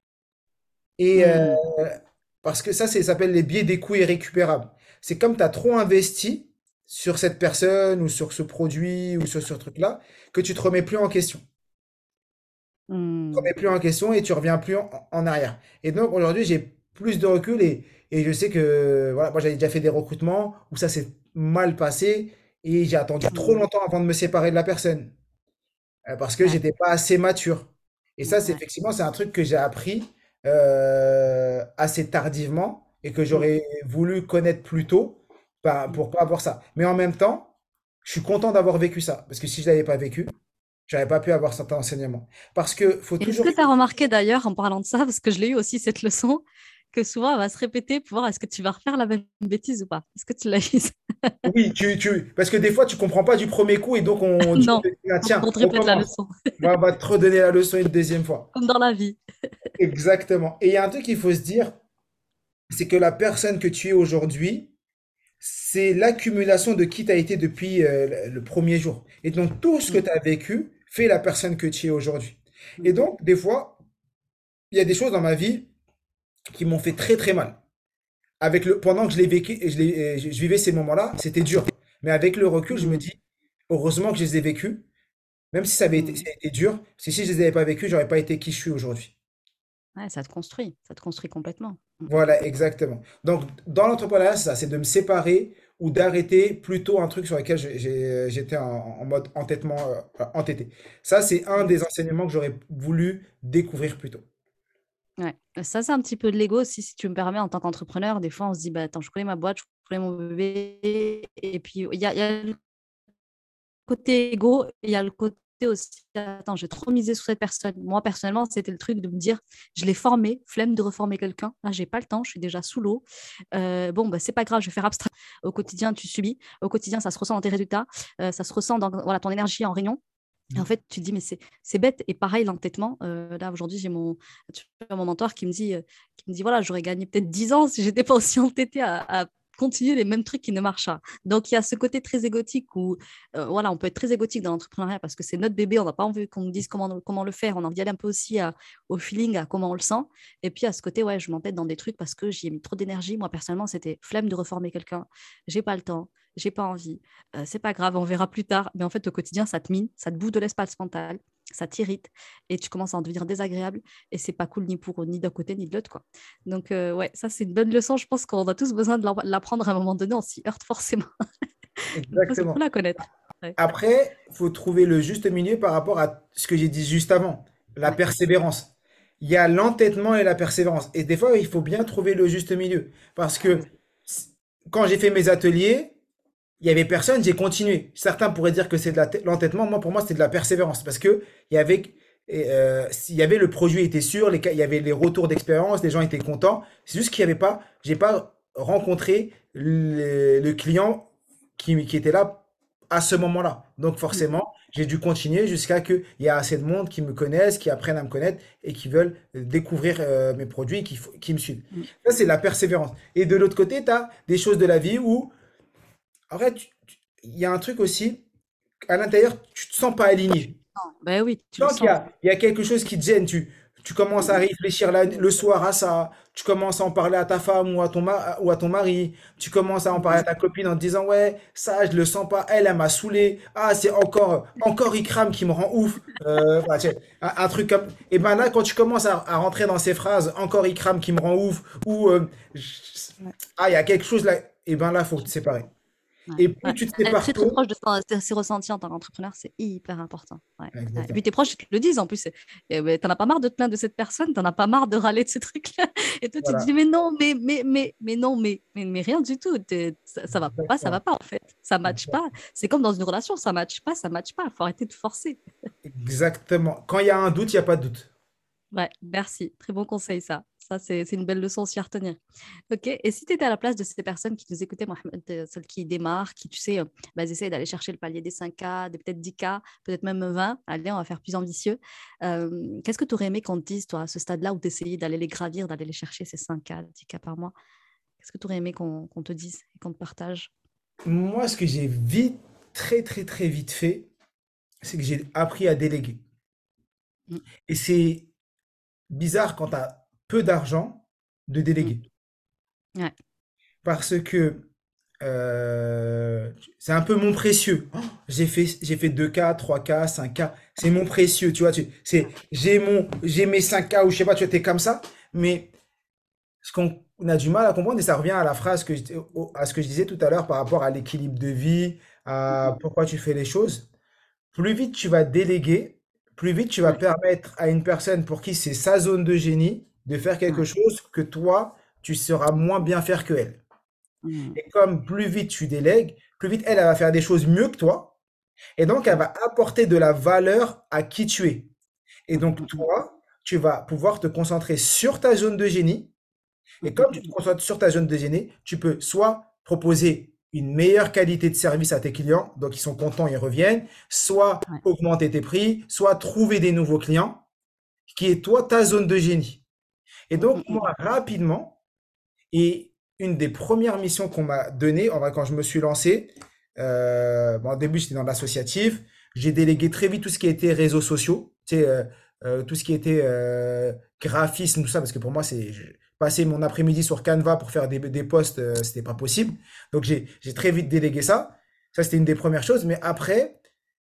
et mm, parce que ça s'appelle les biais des coûts irrécupérables. C'est comme tu as trop investi sur cette personne ou sur ce produit ou sur ce truc-là que tu te remets plus en question. Tu te mm, remets plus en question et tu reviens plus en arrière. Et donc aujourd'hui, j'ai plus de recul et je sais que voilà, moi j'avais déjà fait des recrutements où ça s'est mal passé et j'ai attendu trop mm. longtemps avant de me séparer de la personne parce que Ouais, j'étais pas assez mature. Et ça, c'est ouais. effectivement, c'est un truc que j'ai appris assez tardivement et que Mm, j'aurais voulu connaître plus tôt mm. pour pas avoir ça. Mais en même temps, je suis content d'avoir vécu ça parce que si je l'avais pas vécu, j'aurais pas pu avoir certains enseignements. Parce que faut Et est-ce toujours. que tu as remarqué d'ailleurs, en parlant de ça, parce que je l'ai eu aussi cette leçon, que souvent elle va se répéter pour voir est-ce que tu vas refaire la même bêtise ou pas? Est-ce que tu l'as eu? Oui, parce que des fois, tu comprends pas du premier coup et donc Dieu Non, te dit, ah, donc tiens, on te on répète la commence. leçon, On va te redonner la leçon une deuxième fois. comme dans la vie. Exactement. Et il y a un truc qu'il faut se dire, c'est que la personne que tu es aujourd'hui, c'est l'accumulation de qui tu as été depuis le premier jour. Et donc, tout ce que Mm, tu as vécu fait la personne que tu es aujourd'hui. Et mm, donc, des fois, il y a des choses dans ma vie qui m'ont fait très très mal. Pendant que je l'ai vécu, je vivais ces moments-là, c'était dur. Mais avec le recul, je me mm, dis, heureusement que je les ai vécus, même si mm. ça a été dur, parce que si je les avais pas vécus, j'aurais pas été qui je suis aujourd'hui. Ouais, ça te construit complètement. Mm, Voilà, exactement. Donc, dans l'entrepreneuriat, c'est ça, c'est de me séparer ou d'arrêter plutôt un truc sur lequel j'étais en mode entêtement, entêté. Ça, c'est un mm. des enseignements que j'aurais voulu découvrir plus tôt. Ouais. Ça, c'est un petit peu de l'ego aussi, si tu me permets, en tant qu'entrepreneur. Des fois, on se dit, bah, attends, je connais ma boîte, je connais mon bébé. Et puis, il y a le côté égo, il y a le côté aussi, attends, j'ai trop misé sur cette personne. Moi, personnellement, c'était le truc de me dire, je l'ai formé, flemme de reformer quelqu'un. Là, j'ai pas le temps, je suis déjà sous l'eau. Bon, bah, c'est pas grave, je vais faire abstract. Au quotidien, tu subis. Au quotidien, ça se ressent dans tes résultats. Ça se ressent dans voilà, ton énergie en réunion. Et en fait, tu te dis, mais c'est bête. Et pareil, l'entêtement. Là, aujourd'hui, j'ai mon mentor qui me dit, voilà, j'aurais gagné peut-être 10 ans si j'étais pas aussi entêtée à continuer les mêmes trucs qui ne marchent pas. Donc, il y a ce côté très égotique où, voilà, on peut être très égotique dans l'entrepreneuriat parce que c'est notre bébé, on n'a pas envie qu'on nous dise comment le faire. On a envie d'y aller un peu aussi au feeling, à comment on le sent. Et puis, à ce côté, ouais, je m'entête dans des trucs parce que j'y ai mis trop d'énergie. Moi, personnellement, c'était flemme de reformer quelqu'un. J'ai pas le temps, j'ai pas envie. C'est pas grave, on verra plus tard. Mais en fait, au quotidien, ça te mine, ça te bouffe de l'espace mental, ça t'irrite et tu commences à en devenir désagréable. Et c'est pas cool ni pour ni d'un côté ni de l'autre, quoi. Donc, ouais, ça, c'est une bonne leçon. Je pense qu'on a tous besoin de l'apprendre à un moment donné. On s'y heurte forcément. Donc, faut Exactement. la connaître. Ouais, Après, il faut trouver le juste milieu par rapport à ce que j'ai dit juste avant, la ouais. persévérance. Il y a l'entêtement et la persévérance. Et des fois, il faut bien trouver le juste milieu. Parce que s- quand j'ai fait mes ateliers, il y avait personne, j'ai continué. Certains pourraient dire que c'est de l'entêtement. Moi, pour moi, c'était de la persévérance. Parce que il y avait, Et, s'il y avait le produit était sûr, il y avait les retours d'expérience, les gens étaient contents. C'est juste qu'il y avait pas, j'ai pas rencontré le client qui était là à ce moment-là. Donc Mm. forcément, j'ai dû continuer jusqu'à qu'il y ait assez de monde qui me connaissent, qui apprennent à me connaître et qui veulent découvrir mes produits et qui me suivent. Mm. Ça, c'est la persévérance. Et de l'autre côté, tu as des choses de la vie où, en fait, il y a un truc aussi, à l'intérieur, tu te sens pas aligné. Non, ben oui, tu le Tant sens. il y a quelque chose qui te gêne, tu commences à Mm. réfléchir le soir à ça, tu commences à en parler à ta femme ou à ton mari, tu commences à en parler à Mm. ta copine en te disant, ouais, ça, je le sens pas, elle m'a saoulé, ah, c'est encore Ikram qui me rend ouf. Voilà, tu sais, un truc comme. Et ben là, quand tu commences à rentrer dans ces phrases, encore Ikram qui me rend ouf, ou Ouais. ah, il y a quelque chose là, et ben là, faut te séparer. Ouais, Et plus ouais. tu te Être sépares très très tôt, proche de ses ressentis en tant qu'entrepreneur, c'est hyper important. Ouais, ouais. Et puis exactement. tes proches ils te le disent en plus. Et ben, t'en as pas marre de te plaindre de cette personne, t'en as pas marre de râler de ce truc-là. Et toi tu te dis Voilà, mais non, mais non, mais rien du tout. Ça ça va exactement. pas en fait. Ça matche pas. C'est comme dans une relation, ça matche pas, ça matche pas. Faut arrêter de forcer. Exactement. Quand il y a un doute, il n'y a pas de doute. Ouais, merci. Très bon conseil, ça. Ça, c'est une belle leçon aussi à retenir. OK. Et si tu étais à la place de ces personnes qui nous écoutaient, Mohamed, celles qui démarrent, qui, tu sais, bah, elles essayent d'aller chercher le palier des 5K, de peut-être 10K, peut-être même 20, allez, on va faire plus ambitieux. Qu'est-ce que tu aurais aimé qu'on te dise, toi, à ce stade-là où tu essayais d'aller les gravir, d'aller les chercher, ces 5K, 10K par mois? Qu'est-ce que tu aurais aimé qu'on te dise et qu'on te partage? Moi, ce que j'ai vite, très, très, très vite fait, c'est que j'ai appris à déléguer. Mm, Et c'est bizarre quand tu as peu d'argent de mm. déléguer. Ouais. Parce que c'est un peu mon précieux. Oh, j'ai fait 2K, 3K, 5K. C'est mon précieux, tu vois. J'ai mes 5K ou je sais pas, tu vois, t'es comme ça. Mais ce qu'on a du mal à comprendre, et ça revient à la phrase à ce que je disais tout à l'heure par rapport à l'équilibre de vie, Mhm. à pourquoi tu fais les choses. Plus vite tu vas déléguer, plus vite tu vas Ouais. permettre à une personne pour qui c'est sa zone de génie de faire quelque Ouais. chose que toi, tu sauras moins bien faire que elle. Mm, Et comme plus vite tu délègues, plus vite elle va faire des choses mieux que toi. Et donc, elle mm, va apporter de la valeur à qui tu es. Et mm, donc, mm, mm, toi, tu vas pouvoir te concentrer sur ta zone de génie. mm, Et mm, comme tu te mm, concentres sur ta zone de génie, tu peux soit proposer une meilleure qualité de service à tes clients, donc ils sont contents, ils reviennent, soit ouais. augmenter tes prix, soit trouver des nouveaux clients, qui est toi ta zone de génie. Et Mm, donc, mm, moi, mm, rapidement, et une des premières missions qu'on m'a donnée, en vrai, quand je me suis lancé, bon, au début, j'étais dans l'associatif, j'ai délégué très vite tout ce qui était réseaux sociaux, tu sais, tout ce qui était graphisme, tout ça, parce que pour moi, passer mon après-midi sur Canva pour faire des posts, c'était pas possible. Donc, j'ai très vite délégué ça. Ça, c'était une des premières choses. Mais après,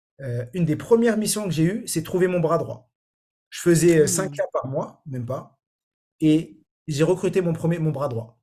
une des premières missions que j'ai eues, c'est trouver mon bras droit. Je faisais 5 mm, k par mois, même pas, et j'ai recruté mon bras droit.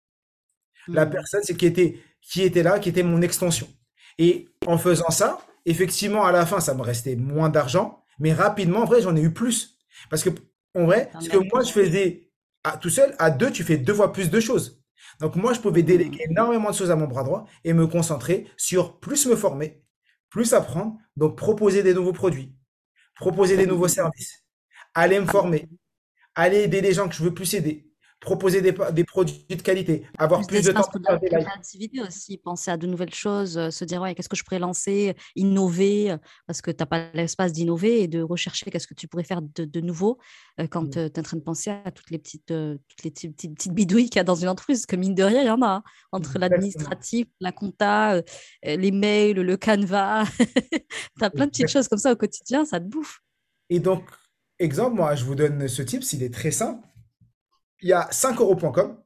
La mm. personne, c'est qui était là, qui était mon extension. Et en faisant ça, effectivement, à la fin, ça me restait moins d'argent, mais rapidement, en vrai, j'en ai eu plus. Parce que, en vrai, ce que Permettre moi, je plus. faisais tout seul, à deux, tu fais deux fois plus de choses. Donc, moi, je pouvais déléguer Mm, énormément de choses à mon bras droit et me concentrer sur plus me former, plus apprendre, donc proposer des nouveaux produits, proposer des mm, nouveaux mm, mm, services, aller me mm. former, aller aider les gens que je veux plus aider, proposer des produits de qualité, avoir Plus plus de temps d'espace pour pour de la faire des lives. créativité aussi, penser à de nouvelles choses, se dire, ouais, qu'est-ce que je pourrais lancer, innover, parce que tu n'as pas l'espace d'innover et de rechercher qu'est-ce que tu pourrais faire de nouveau quand tu es en train de penser à toutes les petites bidouilles qu'il y a dans une entreprise, parce que mine de rien, il y en a, hein, entre Exactement. l'administratif, la compta, les mails, le canevas, tu as plein de petites Exact. choses comme ça au quotidien, ça te bouffe. Et donc, exemple, moi, je vous donne ce type, s'il est très simple. Il y a 5euros.com.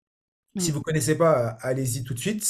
Si Mm, vous ne connaissez pas, allez-y tout de suite.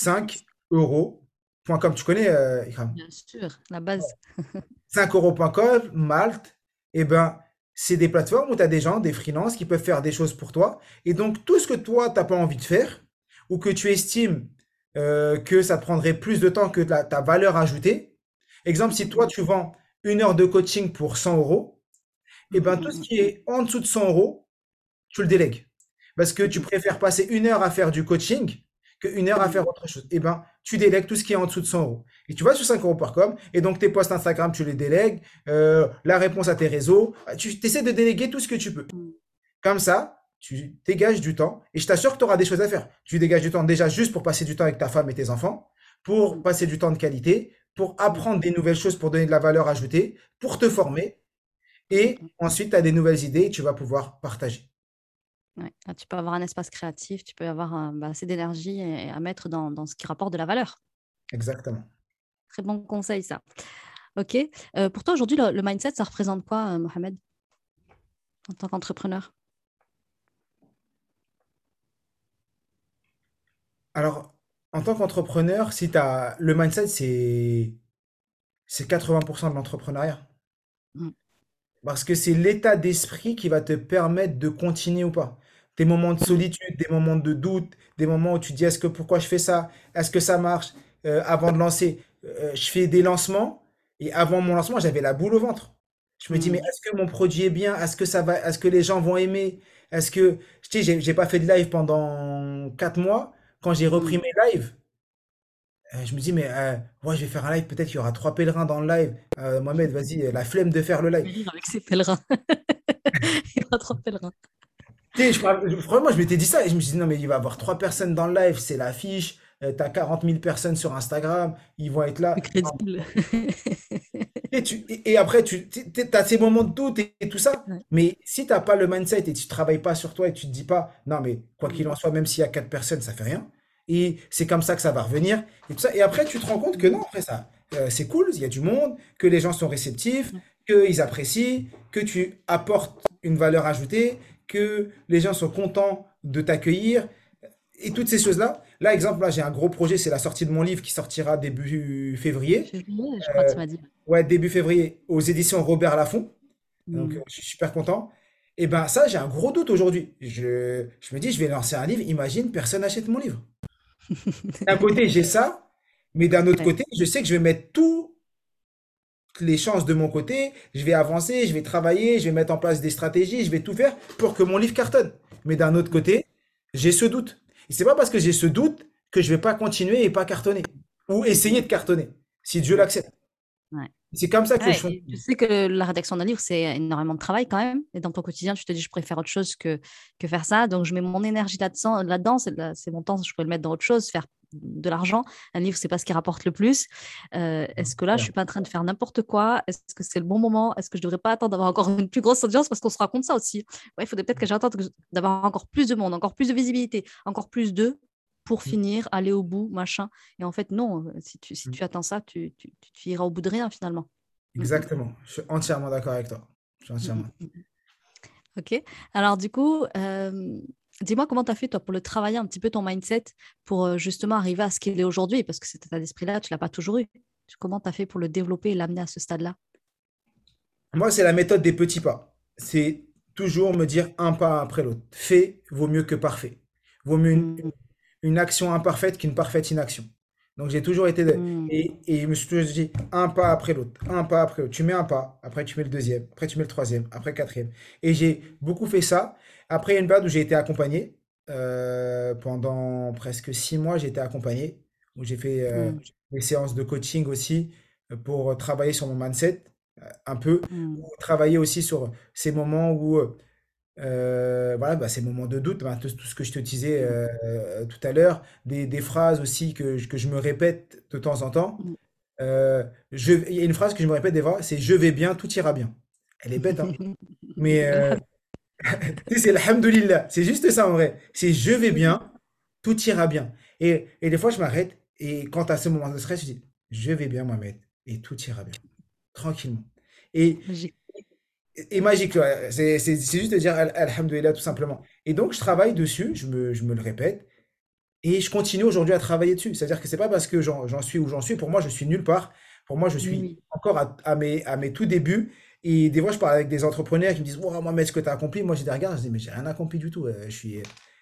5euros.com. Tu connais, Ikram? bien sûr, la base. 5euros.com, Malte, eh ben, c'est des plateformes où tu as des gens, des freelances qui peuvent faire des choses pour toi. Et donc, tout ce que toi, tu n'as pas envie de faire, ou que tu estimes que ça te prendrait plus de temps que ta valeur ajoutée. Exemple, Mm, si toi, mm, tu vends 1 heure de coaching pour 100 euros, mm, eh mm, ben, tout ce mm, qui est en dessous de 100 euros, tu le délègues. Parce que mm, tu mm, préfères passer 1 heure à faire du coaching qu'une heure à Mm. faire autre chose. Eh ben, tu délègues tout ce qui est en dessous de 100 euros. Et tu vas sur 5euros.com, et donc tes posts Instagram, tu les délègues, la réponse à tes réseaux, tu essaies de déléguer tout ce que tu peux. Mm. Comme ça, tu dégages du temps, et je t'assure que tu auras des choses à faire. Tu dégages du temps déjà juste pour passer du temps avec ta femme et tes enfants, pour Mm. passer du temps de qualité, pour Mm. apprendre des nouvelles choses, pour donner de la valeur ajoutée, pour te former, et Mm. ensuite, tu as des nouvelles idées et tu vas pouvoir partager. Ouais. Là, tu peux avoir un espace créatif, tu peux avoir assez d'énergie à mettre dans ce qui rapporte de la valeur. Exactement. Très bon conseil, ça. OK. Pour toi, aujourd'hui, le mindset, ça représente quoi, Mohamed, en tant qu'entrepreneur? Alors, en tant qu'entrepreneur, si tu as le mindset, c'est 80% de l'entrepreneuriat. Mm. Parce que c'est l'état d'esprit qui va te permettre de continuer ou pas. Des moments de Mm. solitude, des moments de doute, des moments où tu te dis est-ce que pourquoi je fais ça? Est-ce que ça marche? Avant de lancer, je fais des lancements et avant mon lancement, j'avais la boule au ventre. Je me dis mais Mm. est-ce que mon produit est bien? Est-ce que ça va? Est-ce que les gens vont aimer? Est-ce que tu sais, j'ai pas fait de live pendant 4 mois. Quand j'ai repris Mm. mes lives, je me dis mais ouais, je vais faire un live, peut-être qu'il y aura 3 pèlerins dans le live. Mohamed, vas-y, la flemme de faire le live. Rire avec ses pèlerins. Il y aura trop de pèlerins. Tu sais, vraiment, je m'étais dit ça et je me suis dit, non, mais il va y avoir 3 personnes dans le live, c'est l'affiche, t'as 40 000 personnes sur Instagram, ils vont être là. C'est crédible. Et après, as ces moments de doute et tout ça, Ouais. mais si t'as pas le mindset et tu travailles pas sur toi et tu te dis pas, non, mais quoi qu'il Mm. en soit, même s'il y a 4 personnes, ça fait rien. Et c'est comme ça que ça va revenir et tout ça. Et après, tu te rends compte que non, après ça, c'est cool, il y a du monde, que les gens sont réceptifs, Mm. qu'ils apprécient, que tu apportes une valeur ajoutée, que les gens sont contents de t'accueillir et toutes ces choses-là. Là, exemple, là, j'ai un gros projet, c'est la sortie de mon livre qui sortira début février. Février, je crois que Euh, tu m'as dit. ouais, début février aux éditions Robert Laffont. Donc, Mm. je suis super content. Et ben ça, j'ai un gros doute aujourd'hui. Je me dis, je vais lancer un livre. Imagine, personne n'achète mon livre. D'un côté, j'ai ça, mais d'un autre Ouais. côté, je sais que je vais mettre toutes les chances de mon côté. Je vais avancer, je vais travailler, je vais mettre en place des stratégies, je vais tout faire pour que mon livre cartonne. Mais d'un autre Mm. côté, j'ai ce doute. Et c'est pas parce que j'ai ce doute que je vais pas continuer et pas cartonner. Ou essayer de cartonner, si Dieu Ouais. l'accepte. Ouais. C'est comme ça que je Ouais, fonctionne. et tu sais que la rédaction d'un livre, c'est énormément de travail quand même. Et dans ton quotidien, tu te dis, je préfère autre chose que faire ça. Donc, je mets mon énergie là-dedans. C'est mon temps, je pourrais le mettre dans autre chose, faire de l'argent. Un livre, c'est pas ce qui rapporte le plus. Est-ce que là, je suis pas en train de faire n'importe quoi? Est-ce que c'est le bon moment? Est-ce que je devrais pas attendre d'avoir encore une plus grosse audience? Parce qu'on se raconte ça aussi. Ouais, il faudrait peut-être que j'attende d'avoir encore plus de monde, encore plus de visibilité, encore plus de pour finir, aller au bout, machin. Et en fait, non, si tu attends ça, tu iras au bout de rien finalement. Mm, mm, Exactement. Je suis entièrement d'accord avec toi. Je suis mm, entièrement. mm, mm. Ok. Alors du coup, dis-moi comment tu as fait toi pour le travailler un petit peu ton mindset pour justement arriver à ce qu'il est aujourd'hui, parce que cet état d'esprit-là, tu l'as pas toujours eu. Comment tu as fait pour le développer et l'amener à ce stade-là? Moi, c'est la méthode des petits pas. C'est toujours me dire un pas après l'autre. Fait vaut mieux que parfait. Vaut mieux Mm, une action imparfaite qu'une parfaite inaction. Donc j'ai toujours été mm, et je me suis toujours dit un pas après l'autre, un pas après l'autre. Tu mets un pas, après tu mets le deuxième, après tu mets le troisième, après le quatrième. Et j'ai beaucoup fait ça. Après, il y a une période où j'ai été accompagné. Pendant presque 6 mois, j'ai été accompagné. Où j'ai fait mm, des séances de coaching aussi pour travailler sur mon mindset un peu. mm, Ou travailler aussi sur ces moments où voilà, bah, ces moments de doute, bah, tout ce que je te disais tout à l'heure, des phrases aussi que je me répète de temps en temps. mm. Il y a une phrase que je me répète des fois, c'est je vais bien, tout ira bien. Elle est bête, hein. Mais tu sais, c'est alhamdoulilah. C'est juste ça en vrai. C'est je vais bien, tout ira bien. Et des fois, je m'arrête et quand à ce moment de stress, je dis je vais bien, Mohamed, et tout ira bien. Tranquillement. Et Magique. et magique, ouais. C'est juste de dire Alhamdoulilah tout simplement. Et donc je travaille dessus, je me le répète, et je continue aujourd'hui à travailler dessus. C'est-à-dire que c'est pas parce que j'en suis où j'en suis, pour moi je suis nulle part. Pour moi je Mais suis oui. encore à mes tout débuts. Et des fois je parle avec des entrepreneurs qui me disent wow, Mohamed, ce que tu as accompli. Moi j'ai des regards, je dis mais j'ai rien accompli du tout. Je suis.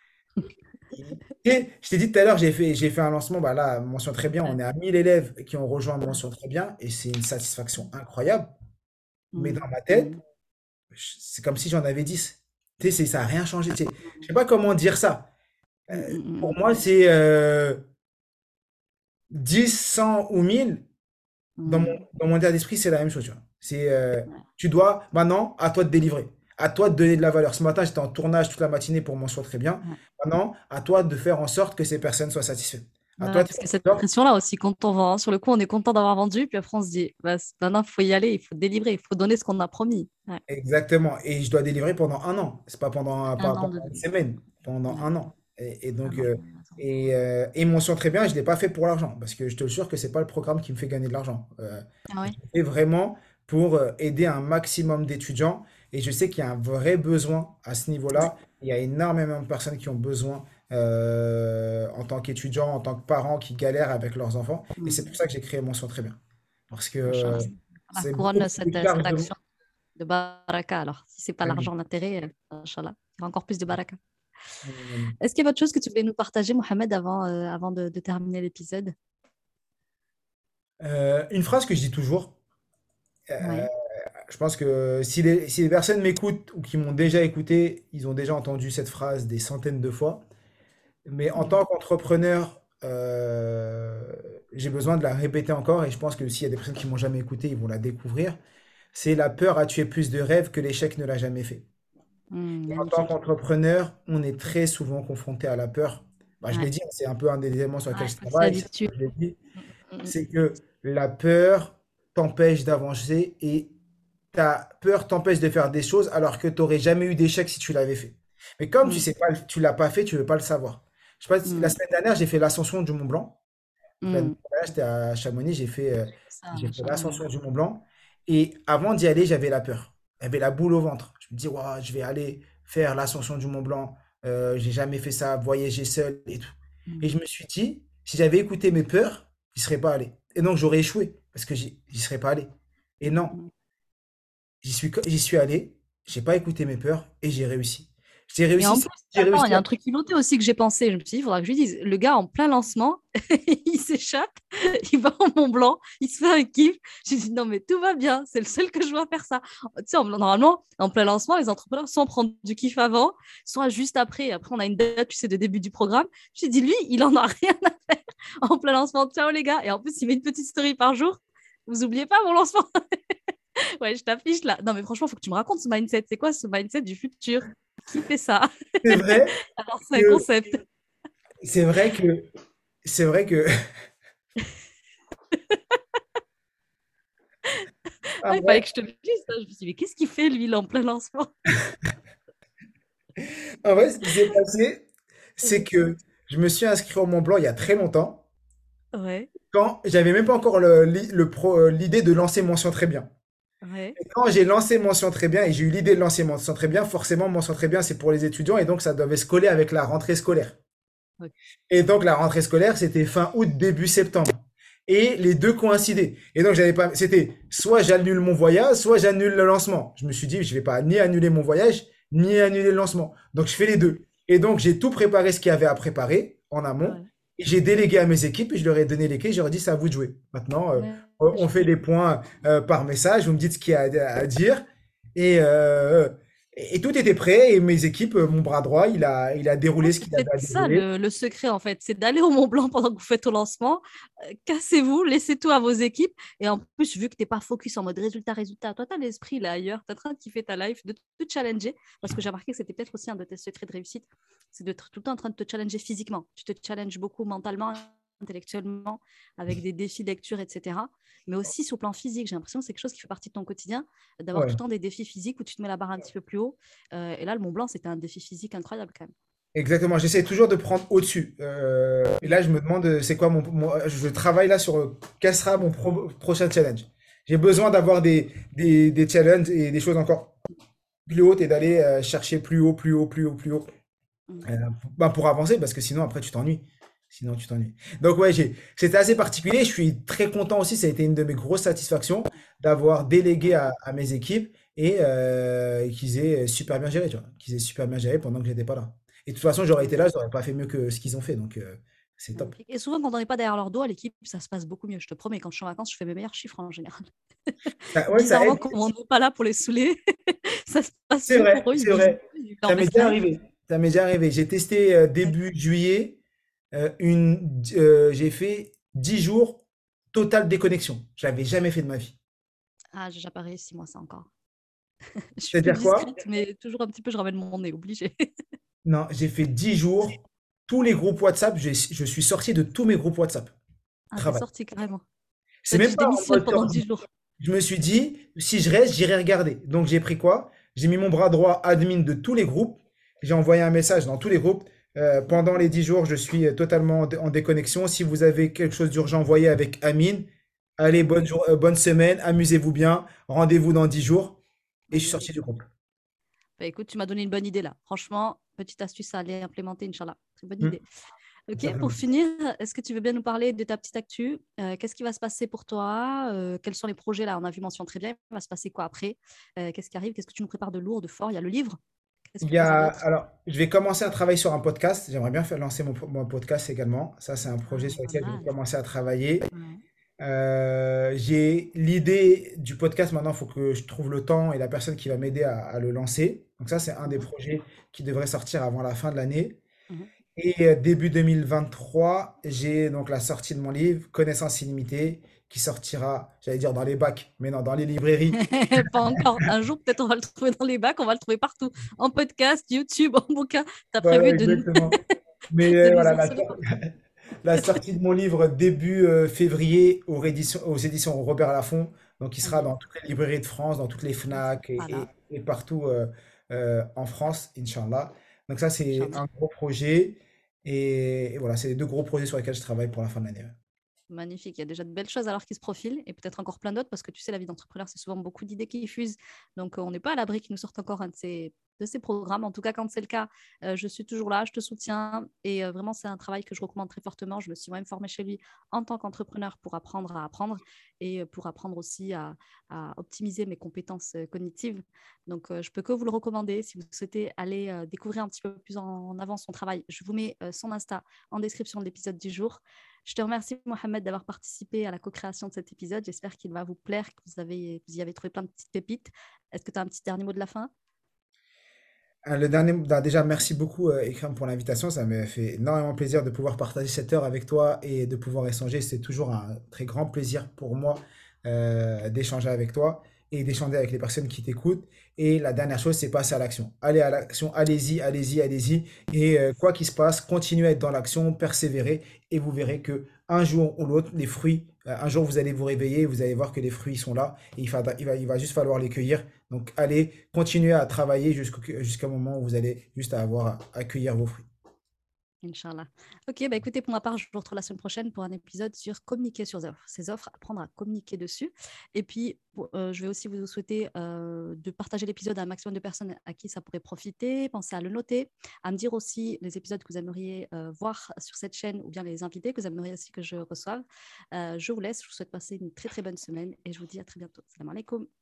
Et je t'ai dit tout à l'heure, j'ai fait un lancement, bah là, mention très bien. On Ouais. est à 1000 élèves qui ont rejoint mention très bien, et c'est une satisfaction incroyable. Mais Mm, dans ma tête, mm, c'est comme si j'en avais 10. Tu sais, ça n'a rien changé. Tu sais. Je sais pas comment dire ça. Pour moi, c'est 10, 100 ou 1000. Dans mon état d'esprit, c'est la même chose, tu vois. C'est, tu dois, maintenant, à toi de délivrer. À toi de donner de la valeur. Ce matin, j'étais en tournage toute la matinée pour m'en sortir très bien. Ouais. Maintenant, à toi de faire en sorte que ces personnes soient satisfaites. À toi Ouais, de parce faire que cette en sorte. pression-là aussi, quand on vend, hein, sur le coup, on est content d'avoir vendu, puis après on se dit, bah, maintenant, il faut y aller, il faut délivrer, il faut donner ce qu'on a promis. Ouais. Exactement. Et je dois délivrer pendant un an. C'est pas Un pas an de une vie. semaine, pendant Ouais. un an. Et Ah donc, non, t'as raison. et mention très bien, je l'ai pas fait pour l'argent. Parce que je te jure que c'est pas le programme qui me fait gagner de l'argent. Ah Je ouais? le fais vraiment pour aider un maximum d'étudiants. Et je sais qu'il y a un vrai besoin à ce Ouais. niveau-là. Il y a énormément de personnes qui ont besoin, en tant qu'étudiants, en tant que parents, qui galèrent avec leurs enfants. Et c'est pour ça que j'ai créé mention très bien. Parce que Machallah. Allah c'est beaucoup couronne plus de cette charge de. action de baraka. Alors, si c'est pas Amin. l'argent l'intérêt, Inch'Allah, il y aura encore plus de baraka. Amin. Est-ce qu'il y a autre chose que tu voulais nous partager, Mohamed, avant de terminer l'épisode? Une phrase que je dis toujours, euh, Ouais. je pense que si les personnes m'écoutent ou qui m'ont déjà écouté, ils ont déjà entendu cette phrase des centaines de fois. Mais en Mhm. tant qu'entrepreneur, j'ai besoin de la répéter encore et je pense que s'il y a des personnes qui m'ont jamais écouté, ils vont la découvrir. C'est la peur a tué plus de rêves que l'échec ne l'a jamais fait. En tant Magnifique. qu'entrepreneur, on est très souvent confronté à la peur. Bah, je l'ai Ouais. dit, c'est un peu un des éléments sur lesquels Ouais, je il faut s'y travaille. habituer. Je l'ai dit, Mhm. c'est que la peur t'empêche d'avancer et ta peur t'empêche de faire des choses alors que tu n'aurais jamais eu d'échec si tu l'avais fait. Mais comme tu Mhm. sais pas, tu l'as pas fait, tu veux pas le savoir. Je sais pas, la Mhm. semaine dernière, j'ai fait l'ascension du Mont Blanc. Donc, Mhm. là, j'étais à Chamonix, J'ai fait ça, j'ai fait machallah, ouais. l'ascension du Mont Blanc. Et avant d'y aller, j'avais la peur. J'avais la boule au ventre. Je me dis, Ouah, je vais aller faire l'ascension du Mont Blanc. J'ai jamais fait ça, voyager seul et tout. Et Mhm. je me suis dit, si j'avais écouté mes peurs, j'y serais pas allé. Et donc j'aurais échoué parce que j'y serais pas allé. Et non, Mhm. j'y suis allé, j'ai pas écouté mes peurs et j'ai réussi. J'ai Et réussi, en plus, j'ai attends, il y réussi a à. un truc piloté aussi que j'ai pensé. Je me suis dit, il faudra que je lui dise, le gars en plein lancement, il s'échappe, il va au Mont Blanc, il se fait un kiff. J'ai dit, non, mais tout va bien, c'est le seul que je vois faire ça. Tu sais, normalement, en plein lancement, les entrepreneurs soit prendre du kiff avant, soit juste après. Après, on a une date, tu sais, de début du programme. J'ai dit, lui, il en a rien à faire en plein lancement. Ciao, les gars. Et en plus, il met une petite story par jour. Vous oubliez pas mon lancement. Ouais, je t'affiche là. Non, mais franchement, il faut que tu me racontes ce mindset. C'est quoi ce mindset du futur? Qui fait ça? C'est vrai Alors, c'est un que, concept. c'est vrai que, c'est vrai que, Ah, en il fallait vrai, que je te le dise. Ça. Je me suis dit, mais qu'est-ce qu'il fait, lui, là, en plein lancement? en vrai, ce qui s'est passé, c'est que je me suis inscrit au Mont Blanc il y a très longtemps, Ouais, quand j'avais même pas encore l'idée de lancer Mention Très Bien. ouais. Et quand j'ai lancé Mention Très Bien et j'ai eu l'idée de lancer Mention Très Bien, forcément, Mention Très Bien, c'est pour les étudiants et donc ça devait se coller avec la rentrée scolaire. Ok. Et donc la rentrée scolaire, c'était fin août, début septembre. Et les deux coïncidaient. Et donc j'avais pas, c'était soit j'annule mon voyage, soit j'annule le lancement. Je me suis dit, je vais pas ni annuler mon voyage, ni annuler le lancement. Donc je fais les deux. Et donc j'ai tout préparé ce qu'il y avait à préparer en amont. Ouais. Et j'ai délégué à mes équipes et je leur ai donné les clés. Je leur ai dit, c'est à vous de jouer. Maintenant, on fait Magnifique. des points par message. Vous me dites ce qu'il y a à dire. Et, et tout était prêt. Et mes équipes, mon bras droit, il a Ouais, déroulé ce c'est qu'il avait peut-être à ça dérouler. le secret en fait, c'est d'aller au Mont Blanc pendant que vous faites au lancement. Cassez-vous, laissez tout à vos équipes. Et en plus, vu que tu n'es pas focus en mode résultat, résultat, toi, tu as l'esprit là ailleurs, tu es en train de kiffer ta life, de te challenger. Parce que j'ai remarqué que c'était peut-être aussi un de tes secrets de réussite, c'est d'être tout le temps en train de te challenger physiquement. Tu te challenges beaucoup mentalement, intellectuellement, avec des défis de lecture, etc. Mais aussi sur le plan physique, j'ai l'impression que c'est quelque chose qui fait partie de ton quotidien, d'avoir tout Ouais. le temps des défis physiques où tu te mets la barre un petit peu plus haut. Et là, le Mont Blanc, c'était un défi physique incroyable quand même. Exactement, j'essaie toujours de prendre au-dessus. Et là, je me demande, c'est quoi je travaille là sur quel sera mon prochain challenge. J'ai besoin d'avoir des challenges et des choses encore plus hautes et d'aller chercher plus haut, plus haut, plus haut, plus haut. Mm. Bah, pour avancer, parce que sinon, après, tu t'ennuies. Sinon, tu t'ennuies. Donc, ouais, c'était assez particulier. Je suis très content aussi. Ça a été une de mes grosses satisfactions d'avoir délégué à mes équipes et qu'ils aient super bien géré, tu vois. Qu'ils aient super bien géré pendant que j'étais pas là. Et de toute façon, j'aurais été là, j'aurais pas fait mieux que ce qu'ils ont fait. Donc, c'est top. Magnifique. Et souvent, quand on n'est pas derrière leur dos à l'équipe, ça se passe beaucoup mieux. Je te promets, quand je suis en vacances, je fais mes meilleurs chiffres en général. Ouais, ça Bizarrement, aide. comme on n'est pas là pour les saouler, ça se passe C'est mieux vrai, pour eux. Ils c'est disent, vrai. il est en Ça m'est best déjà life. arrivé. Ça m'est déjà arrivé. J'ai testé début juillet. J'ai fait 10 jours total déconnexion. Je l'avais jamais fait de ma vie. Ah, j'ai déjà pas réussi, moi, ça encore. Je suis plus C'est-à-dire quoi? discrète, mais toujours un petit peu, je ramène mon nez, obligé. Non, j'ai fait 10 jours. Tous les groupes WhatsApp, je suis sorti de tous mes groupes WhatsApp. Ah, t'es Travail. sorti carrément. C'est T'as dit, même je pas en démissionne mode pendant sortie. 10 jours. Je me suis dit, si je reste, j'irai regarder. Donc j'ai pris quoi? J'ai mis mon bras droit admin de tous les groupes. J'ai envoyé un message dans tous les groupes. Pendant les 10 jours, je suis totalement en déconnexion. Si vous avez quelque chose d'urgent, envoyez avec Amine. Allez, bonne semaine, amusez-vous bien. Rendez-vous dans 10 jours. Et je suis sorti Magnifique. du groupe. Bah, écoute, tu m'as donné une bonne idée là. Franchement, petite astuce à aller implémenter, Inch'Allah. Très bonne Hmm, idée. Ok, pour certainement. finir, est-ce que tu veux bien nous parler de ta petite actu? Qu'est-ce qui va se passer pour toi? Quels sont les projets là? On a vu mention très bien. Il va se passer quoi après? Qu'est-ce qui arrive? Qu'est-ce que tu nous prépares de lourd, de fort? Il y a le livre. Qu'est-ce Il qu'il y y aura a, d'autre? alors, je vais commencer à travailler sur un podcast. J'aimerais bien faire lancer mon podcast également. Ça, c'est un projet Ah, sur pas lequel je vais mal. commencer à travailler. Ouais. J'ai l'idée du podcast. Maintenant, il faut que je trouve le temps et la personne qui va m'aider à le lancer. Donc ça, c'est un des Mhm, projets qui devrait sortir avant la fin de l'année. mhm. Et début 2023, j'ai donc la sortie de mon livre, Connaissance illimitée, qui sortira, j'allais dire dans les bacs, mais non, dans les librairies. Pas encore. Un jour, peut-être on va le trouver dans les bacs, on va le trouver partout. En podcast, YouTube, en bouquin. Tu as prévu Voilà, de, exactement. Mais de nous voilà, harceler partout. la sortie de mon livre début février aux éditions Robert Laffont. Donc, il sera Yes. dans toutes les librairies de France, dans toutes les Fnac Voilà. et partout en France, Inch'Allah. Donc, ça, c'est Inch'Allah. un gros projet. Et voilà, c'est les deux gros projets sur lesquels je travaille pour la fin de l'année. Magnifique. Il y a déjà de belles choses alors qui se profilent et peut-être encore plein d'autres parce que tu sais, la vie d'entrepreneur, c'est souvent beaucoup d'idées qui fusent. Donc, on n'est pas à l'abri qu'ils nous sortent encore un de ces programmes. En tout cas, quand c'est le cas, je suis toujours là, je te soutiens. Et vraiment, c'est un travail que je recommande très fortement. Je me suis moi-même formée chez lui en tant qu'entrepreneur pour apprendre à apprendre et pour apprendre aussi à optimiser mes compétences cognitives. Donc, je peux que vous le recommander si vous souhaitez aller découvrir un petit peu plus en avant son travail. Je vous mets son Insta en description de l'épisode du jour. Je te remercie, Mohamed, d'avoir participé à la co-création de cet épisode. J'espère qu'il va vous plaire, que vous y avez trouvé plein de petites pépites. Est-ce que tu as un petit dernier mot de la fin? Le dernier, bah, déjà, merci beaucoup, Ikram, pour l'invitation. Ça m'a fait énormément plaisir de pouvoir partager cette heure avec toi et de pouvoir échanger. C'est toujours un très grand plaisir pour moi d'échanger avec toi et d'échanger avec les personnes qui t'écoutent. Et la dernière chose, c'est passer à l'action. Allez à l'action, allez-y, allez-y, allez-y. Et quoi qu'il se passe, continuez à être dans l'action, persévérez, et vous verrez que un jour ou l'autre, les fruits, un jour vous allez vous réveiller, vous allez voir que les fruits sont là, et il va juste falloir les cueillir. Donc, allez, continuez à travailler jusqu'au moment où vous allez juste avoir à accueillir vos fruits. Inch'Allah. Ok, bah écoutez, pour ma part, je vous retrouve la semaine prochaine pour un épisode sur communiquer sur ses offres, apprendre à communiquer dessus. Et puis, je vais aussi vous souhaiter de partager l'épisode à un maximum de personnes à qui ça pourrait profiter. Pensez à le noter, à me dire aussi les épisodes que vous aimeriez voir sur cette chaîne ou bien les invités que vous aimeriez aussi que je reçoive. Je vous laisse, je vous souhaite passer une très très bonne semaine et je vous dis à très bientôt. Salam alaikum.